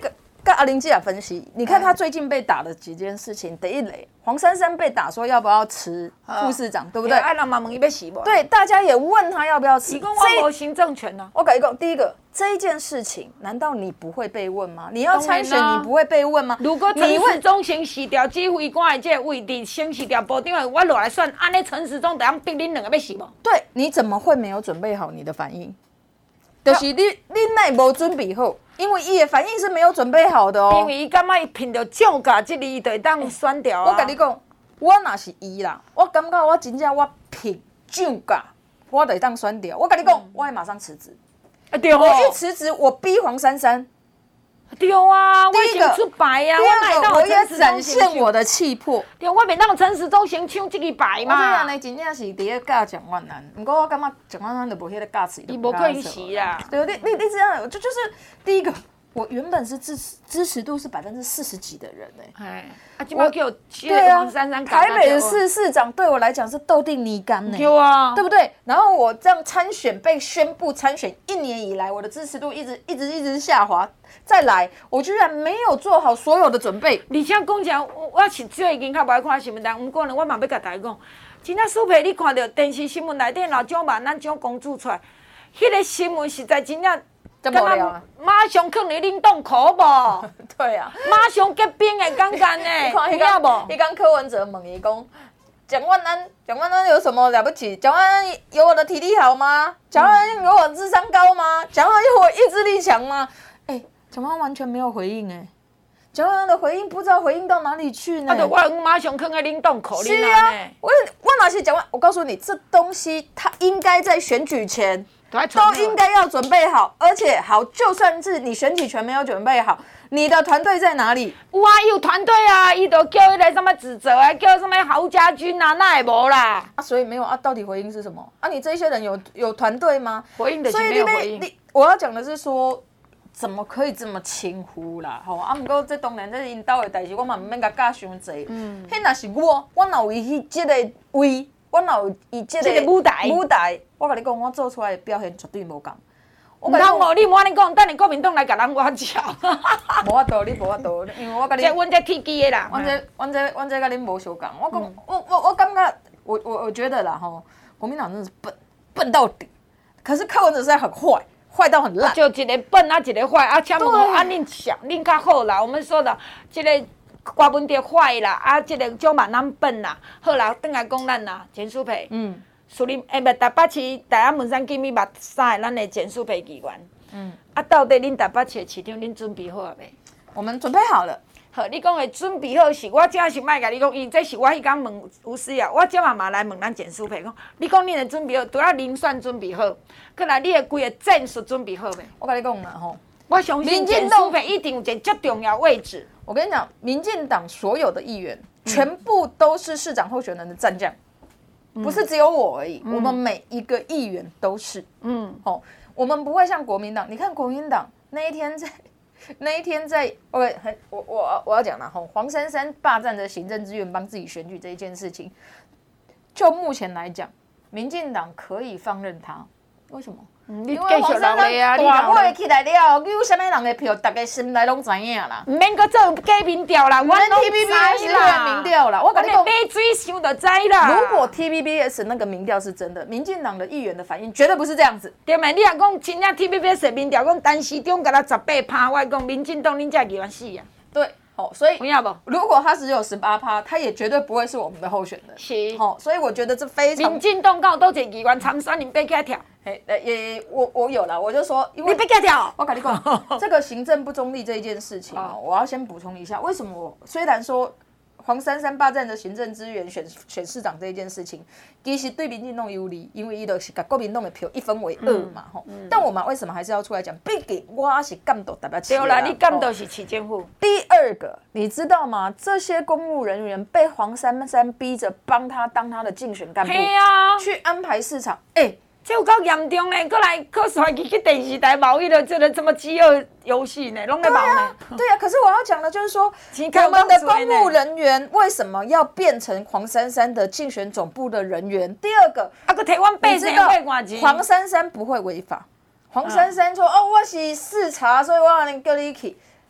跟阿玲姐也分析，你看他最近被打的几件事情，第一类黄珊珊被打说要不要辞副市长，对不对？ 啊，人嘛问伊要死无？ 对，大家也问他要不要辞。 伊讲我无行政权啊。 我跟你讲，第一个这一件事情，难道你不会被问吗？你要参选，你不会被问吗？ 如果陈时中先辞掉指挥官的这个位置，先辞掉部长的，我落来算，安尼陈时中就要逼恁两个要死无？ 对，你怎么会没有准备好你的反应？就是你那无准备好，因为伊的反应是没有准备好的哦。 因为伊感觉伊凭着涨价这里就会当选掉啊。 我跟你讲，我若是伊啦，我感觉我真正我凭涨价，我就会当选掉。我跟你讲，我会马上辞职。 对哦， 我一辞职，我逼黄珊珊。 对啊，我第一个先出牌啊， 第二个，我也陈时中展现我的气魄。 对，我袂当陈时中先抢这个牌我这嘛样。呢，真正是伫咧教蒋万安，不过我感觉蒋万安就无迄个价值。 伊无可以死啦。 对，你这样，就是第一个，我原本是支持度是40%几的人哎，啊，今麦叫对啊， 黄珊珊台北的市长对我来讲是斗定泥干呢， 对啊， 对不对？然后我这样参选，被宣布参选1年以来，我的支持度一直下滑。再来，我居然没有做好所有的准备。 而且讲起来，我是最近较无爱看新闻台，不过呢，我嘛要甲大家讲，真正苏培，你看到电视新闻内底老蒋万咱蒋公主出来，迄个新闻实在真正。 真无聊啊！ 马上放你冷冻库无？ 对啊， 马上结冰的感觉呢？ 你看迄刚柯文哲问伊讲，蒋万安有什么了不起？蒋万安有我的体力好吗？蒋万安有我智商高吗？蒋万安有我意志力强吗？蒋万安完全没有回应蒋万安的回应不知道回应到哪里去呢？ 我马上放在冷冻库里啊！我哪些蒋万？我告诉你，这东西它应该在选举前。都应该要准备好，而且好，就算是你选举权没有准备好，你的团队在哪里？ 有啊，有团队啊，伊都叫伊来什么指责啊，叫什么豪家军啊，那也无啦。 所以没有啊，到底回应是什么？你这些人有团队吗？ 回应的是没有回应。 我要讲的是说，怎么可以这么轻忽啦？不过这当然这是因兜的代志，我嘛唔免甲教伤济。迄若是我哪有伊这个位？我哪有以这个舞台，我跟你讲，我做出来的表现绝对无共。 唔通哦，你莫安尼讲，等你国民党来甲咱挖角。 无法度，你无法度，因为我跟你。 这阮这铁机的啦。 阮这甲恁无相共。我讲，我感觉，我觉得啦吼，国民党真的是笨到底。可是柯文哲实在很坏到很烂。 就一个笨啊，一个坏啊，请问啊，恁想恁较好啦。我们说的这个。郭文哲坏啦，啊，这个蒋万安笨啦，好啦，转来讲咱啦，简书培，树林台北市大安文山见面目三个咱的简书培议员，到底恁台北市的市场恁准备好了没？ 我们准备好了。 好，你讲的准备好是，我正是卖甲你讲，伊这是我迄天问吴思瑶，我今嘛来问咱简书培讲，你讲恁的准备好，除了人选准备好，再来你的规个战术准备好没？ 我跟你讲啦吼， 我相信简书培一定有一个最重要位置。 我跟你讲，民进党所有的议员全部都是市长候选人的战将，不是只有我而已，我们每一个议员都是。我们不会像国民党，你看国民党那一天在，我要讲了哈，黄珊珊霸占着行政资源帮自己选举这一件事情，就目前来讲，民进党可以放任他，为什么？ 你继续留咧啊！ 大会起来了，有啥物人的票，大家心内拢知影啦。 唔免搁做假民调啦，我拢知啦。 民调啦，我跟你讲， 买水想就知啦。 如果 TVBS 那个民调是真的，民进党的议员的反应绝对不是这样子。 对没？你若讲真正 TVBS 的民调，讲陈时中甲他18趴，我讲民进党恁才议员死啊。 对。所以有影无？ 如果他只有18%，他也绝对不会是我们的候选人。 是。 所以我觉得这非常。 民进党有多一个议员参选，恁爬起来跳？ 我有啦，我就说，因为你爬起来跳。 我跟你讲，这个行政不中立这一件事情我要先补充一下，为什么虽然说黄珊珊霸占着行政资源选市长这一件事情，其实对民进党有利，因为伊就是把国民党的票1分为2嘛但我们为什么还是要出来讲？毕竟我是监督台北市。 对啦，你监督是市政府。 第二个，你知道吗？这些公务人员被黄珊珊逼着帮他当他的竞选干部，去安排市场。 这有够严重呢！过来可选去电视台毛一的这个什么饥饿游戏呢，拢在毛呢。 对啊，可是我要讲的就是说，我们的公务人员为什么要变成黄珊珊的竞选总部的人员？第二个， 佮台湾百姓会换钱。 黄珊珊不会违法。黄珊珊说：“我是视察，所以我让你叫你去。”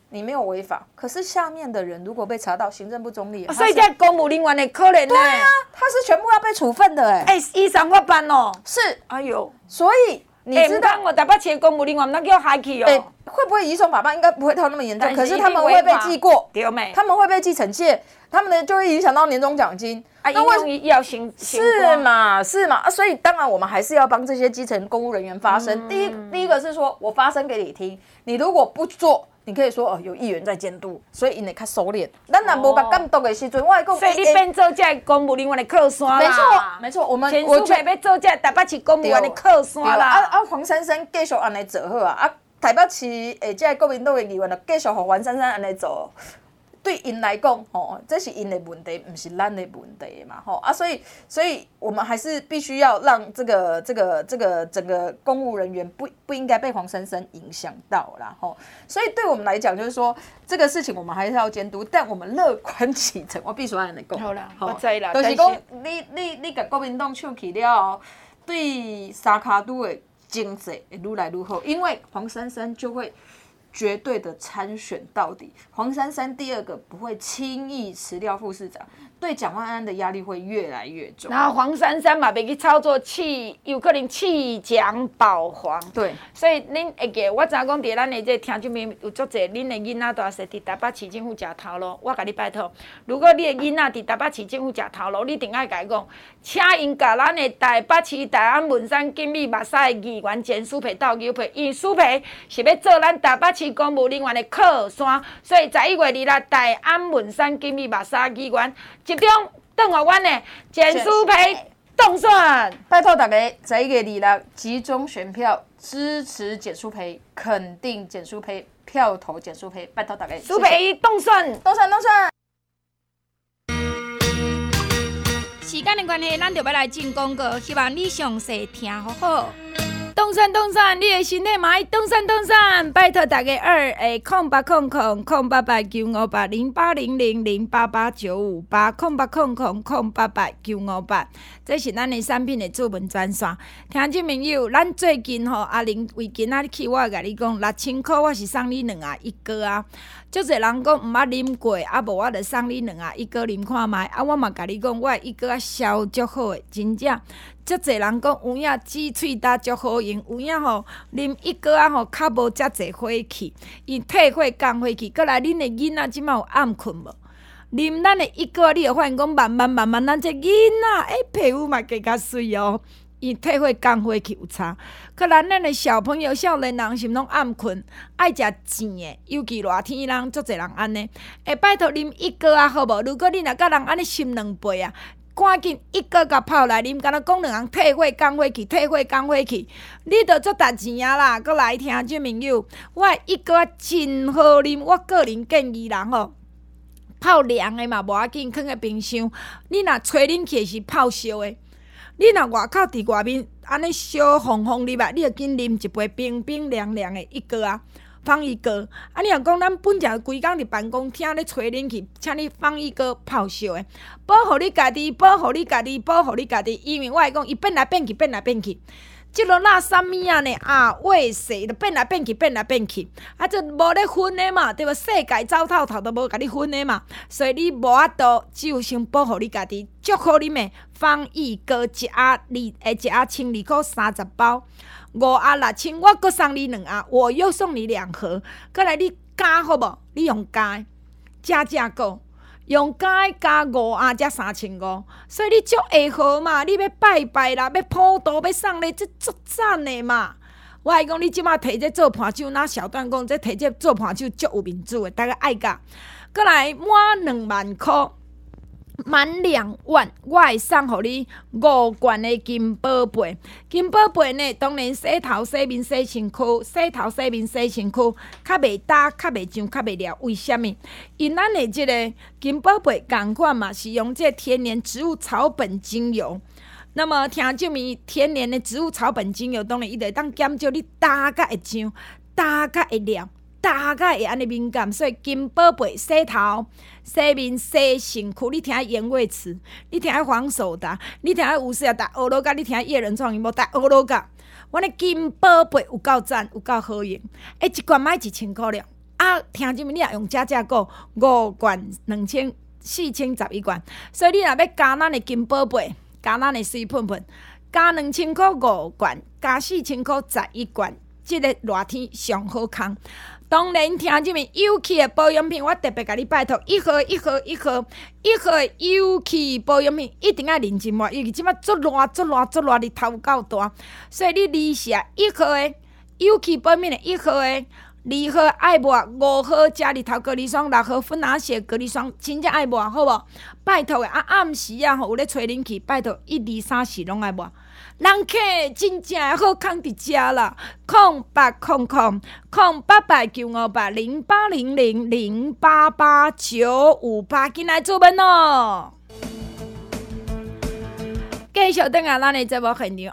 你没有违法，可是下面的人如果被查到行政不中立， 所以这公务人员的可怜呢。对啊， 他是全部要被处分的依常法办哦。 是， 哎呦， 所以你知道我台北市的公务人员那叫害去哦。 会不会移送法办？应该不会到那么严重，可是他们会被记过，他们会被记惩戒，他们就会影响到年终奖金。 那为要行是嘛？所以当然我们还是要帮这些基层公务人员发声。第一个是说我发声给你听，你如果不做，你可以说有议员在监督，所以你得较收敛。咱若无甲监督的时阵，我会讲， 所以你变做这公务人员的靠山啦。没错，我们前苏培要做这台北市公务员的靠山啦。 黄珊珊继续安尼做好啊！台北市这国民党的议员就继续和黄珊珊安尼做。对因来讲，这是因的问题，不是咱的问题嘛，所以我们还是必须要让这个整个公务人员不应该被黄珊珊影响到啦，所以对我们来讲，就是说这个事情我们还是要监督，但我们乐观其成。我必须安尼讲。 好啦，我知啦。 就是讲，你甲国民党抢去了，对三脚督的经济会愈来愈好，因为黄珊珊就会绝对的参选到底。黄珊珊第二个不会轻易辞掉副市长，对蒋万安的压力会越来越重。 然后黄珊珊嘛，袂去操作有可能弃蒋保黄。 对， 所以恁会记，我知影讲伫咱的这听众面有足侪恁的囡仔大细伫台北市政府食头路。我甲你拜托，如果你的囡仔伫台北市政府食头路，你一定爱甲伊讲，请因甲咱的台北市大安文山金美目屎的议员前苏培斗牛培，因为苏培是要做咱台北市公务人员的靠山，所以11月2日大安文山金美目屎议员集中邓华湾的简书培动选， 拜托大家11月2日集中选票支持简书培，肯定简书培，票投简书培，拜托大家。 书培动选。时间的关系，咱就要来进广告，希望你详细听好好。动选，你的身体嘛爱动选。拜托大家208000888980800088958，这是咱的产品的主文专线。听众朋友，咱最近阿玲为今仔日去，我甲你讲6000块，我是送你2盒一哥啊。足侪人讲毋捌啉过，无我就送你2盒一哥啉看卖。我嘛甲你讲，我的一哥销足好的，真正。足侪人讲有影煮喙焦足好用，有影啉一哥较无遮侪火气，伊退火降火气。过来，恁的囡仔即摆有暗困无？啉咱的一哥，你会发现讲慢慢，咱这囡仔皮肤嘛加较水哦。伊退火降火气有差，可咱的小朋友、少年人是毋拢暗困，爱食甜的，尤其热天人，足侪人安尼。拜托啉一哥好无？如果你若甲人安尼沅2杯啊，赶紧一哥甲泡来啉，敢若讲2人退火降火气，你着足值钱啊啦！搁来听众朋友，我一哥真好啉，我个人建议人泡凉的嘛无要紧，放在冰箱。你若吹啉起是泡烧的。你若外口伫外面安尼小风入来，你着紧啉一杯冰冰凉凉的一哥啊，放一哥。你若讲咱本着规工伫办公厅咧吹冷气，请你放一哥泡烧的，保护你家己，因为我会讲伊变来变去。即落那啥物啊呢？卫生就变来变去，这无咧分的嘛，对无？世界走透透都无甲你分的嘛，所以你无法度，只有先保护你家己，足好啉的防疫膏一盒12块30包，5盒6000，我搁送你2盒，我又送你2盒。过来你加好无？你用加加购。用加5盒才3500，所以你足会好嘛？你要拜啦，要普渡，要送礼，这足赞的嘛！我会讲你即马摕这做盘手，那小段讲这摕这做盘手足有面子的，大家爱甲。过来满2万块，满2万，我会送互你5罐的金宝贝。金宝贝呢，当然洗头、洗面、洗身躯，较袂焦、较袂痒、较袂撩。为虾米？因咱的这个金宝贝同款嘛，是用这天然植物草本精油。那么听证明天然的植物草本精油，当然伊就会当减少你焦甲会痒、焦甲会撩。大概会安尼敏感，所以金宝贝洗头、洗面、洗身躯，你听颜味词，你听黄守达，你听吴思瑶打欧罗嘎，你听叶人创，伊无打欧罗嘎。我的金宝贝有够赞，有够好用，一罐买1000块了。 啊，听即面你若用加股5罐2411元，所以你若要加咱的金宝贝，加咱的水喷喷，加2000块5罐，加4000块11元，即个热天上好康。当然，听即面有气的保养品，我特别甲你拜托，1盒的有气保养品一定要认真买，尤其即摆足热，日头够大，所以你离射1盒的有气保养品的1盒的。2盒爱抹，5盒加日头隔离霜，6盒粉阿雪隔离霜，真正爱抹，好无？拜托的啊，暗时啊，有咧吹冷气，拜托1、2、3、4拢爱抹。人客真正的好康伫遮啦，0800-0800-0800-088958，进来做门哦。继续等下咱的节目现场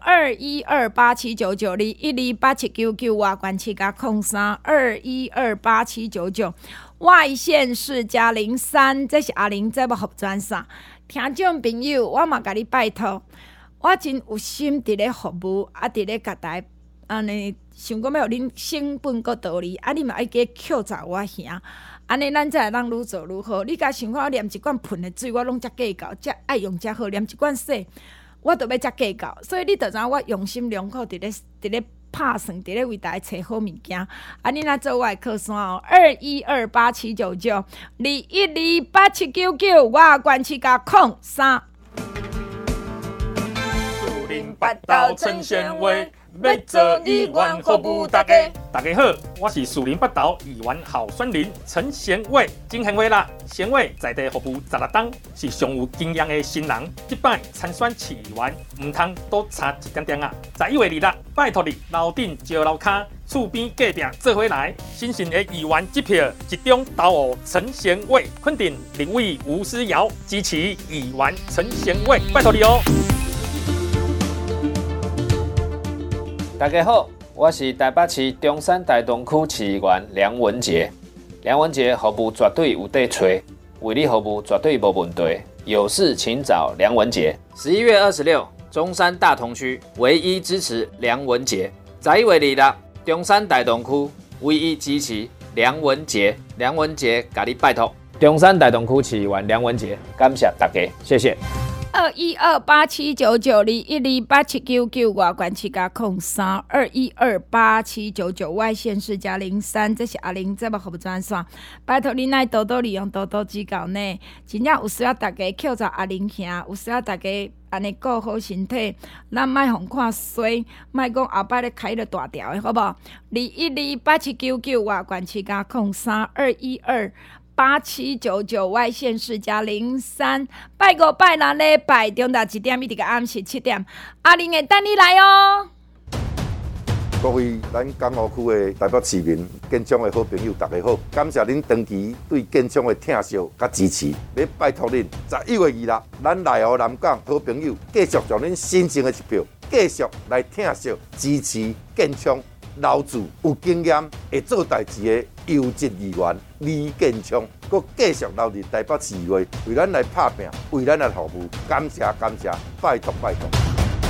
212879921287999外关7加0321287799外县市加03，这是阿玲节目服专线。听众朋友，我嘛甲你拜托，我真有心伫咧服务，伫咧甲大家安尼想讲要互恁成本个道理，你嘛爱记扣查我兄。安尼咱才会当愈做愈好。你甲想看我啉一罐喷的水，我拢遮计较，遮爱用遮好，啉一罐水。我都要遮计较，所以你就知影我用心良苦，伫咧拍算，伫咧为大家找好物件。你若做我的靠山哦，212879921287999，我关7加03。 树林八道陈贤伟，要做议员服务大家。大家好，我是树林八道议员候选人陈贤伟，真贤伟啦！贤伟在地服务16年，是上有经验的新人。这摆参选市议员，唔通多差一点点啊！11月26，拜托你楼顶招楼骹，厝边隔壁做伙来，新兴的议员一票集中投予陈贤伟，肯定立委吴思瑶，支持议员陈贤伟，拜托你哦！ 大家好，我是台北市中山大东区市议员梁文杰。梁文杰服务绝对有得找，为你服务绝对无问题。有事请找梁文杰。11月26，中山大同区唯一支持梁文杰。11月26，中山大东区唯一支持梁文杰。梁文杰，甲你拜托。中山大东区市议员梁文杰，感谢大家，谢谢。 212879921287999外关7加03，2128799外县市加03，这是阿玲节目服务专线。拜托恁爱多多利用，多多指教呢。真正有需要大家扣查阿玲兄，有需要大家安尼顾好身体，咱莫互看衰，莫讲后摆咧开了大条的，好无？2128799外关7加03，2128799外县市加03，拜5拜6礼拜中昼1点一直到暗时7点，阿玲会等你来哦。 各位咱江湖区的台北市民、建昌的好朋友，大家好！感谢恁长期对建昌的疼惜甲支持，要拜托恁11月26，咱内湖南港好朋友继续将恁新增的一票，继续来疼惜支持建昌老主有经验、会做代志的优质议员李建昌，佮继续留伫台北市议会，为咱来拍拼，为咱来服务。感谢感谢，拜托拜托。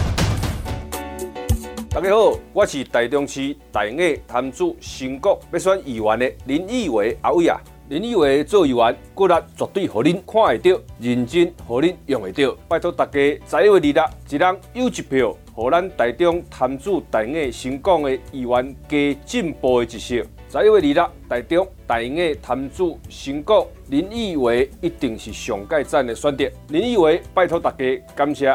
大家好，我是台中市大雅潭子新国要选议员的林义伟阿伟啊。林义伟做议员，骨力绝对互恁看会到，认真互恁用会到。拜托大家11月26，一人有一票，互咱台中潭子大雅新港的议员加进步的一色。11月26，台中大雅潭子新港林义伟一定是上界赞的选择。林义伟，拜托大家，感谢。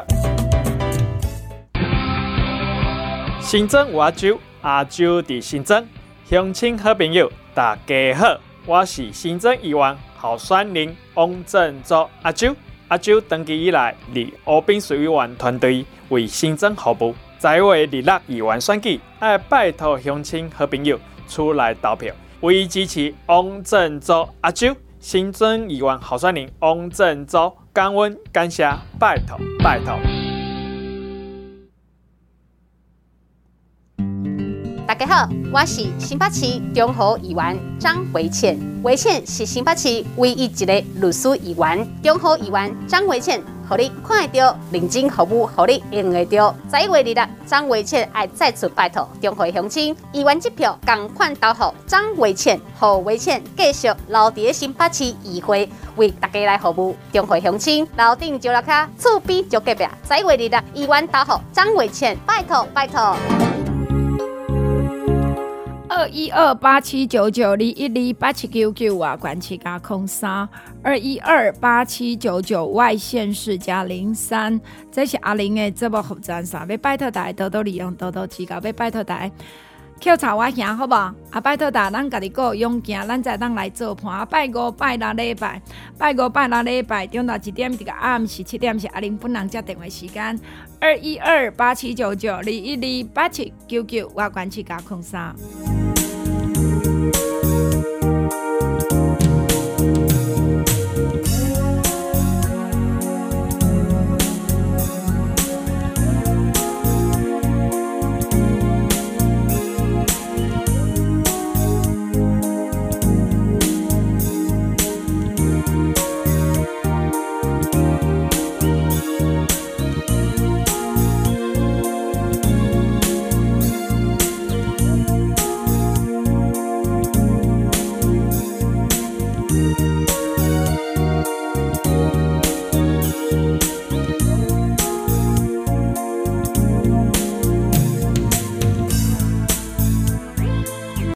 新庄有阿周，阿周伫新庄，乡亲好朋友，大家好，我是新庄议员候选人王振祖阿周。阿周登记以来，伫乌滨水委员团队为新庄服务。在位26议员选举，爱拜托乡亲好朋友出来投票，为支持王振祖阿周。新庄议员候选人王振祖，感恩感谢，拜托拜托。 大家好，我是新北市中和议员张维倩。维倩是新北市唯一一个律师议员。中和议员张维倩互你看得到，认真服务，互你用得到。11月26日，张维倩爱再次拜托中会乡亲，议员这票同款投予张维倩，互维倩继续留伫新北市议会，为大家来服务。中会乡亲楼顶就落卡，厝边就隔壁。11月26日，议员投予张维倩，拜托拜托。 212879921128799啊，管气加03，2128799外县市加03，这是阿玲的节目服装衫，要拜托大家多多利用，多多指教，要拜托大家。捡草我行好无？啊，拜托大家，咱家己个勇行，咱才当来做伴。拜5、拜6礼拜，拜5、拜6礼拜，中昼1点至暗时7点是阿玲本人接电话时间。212879921128799，我关气加03。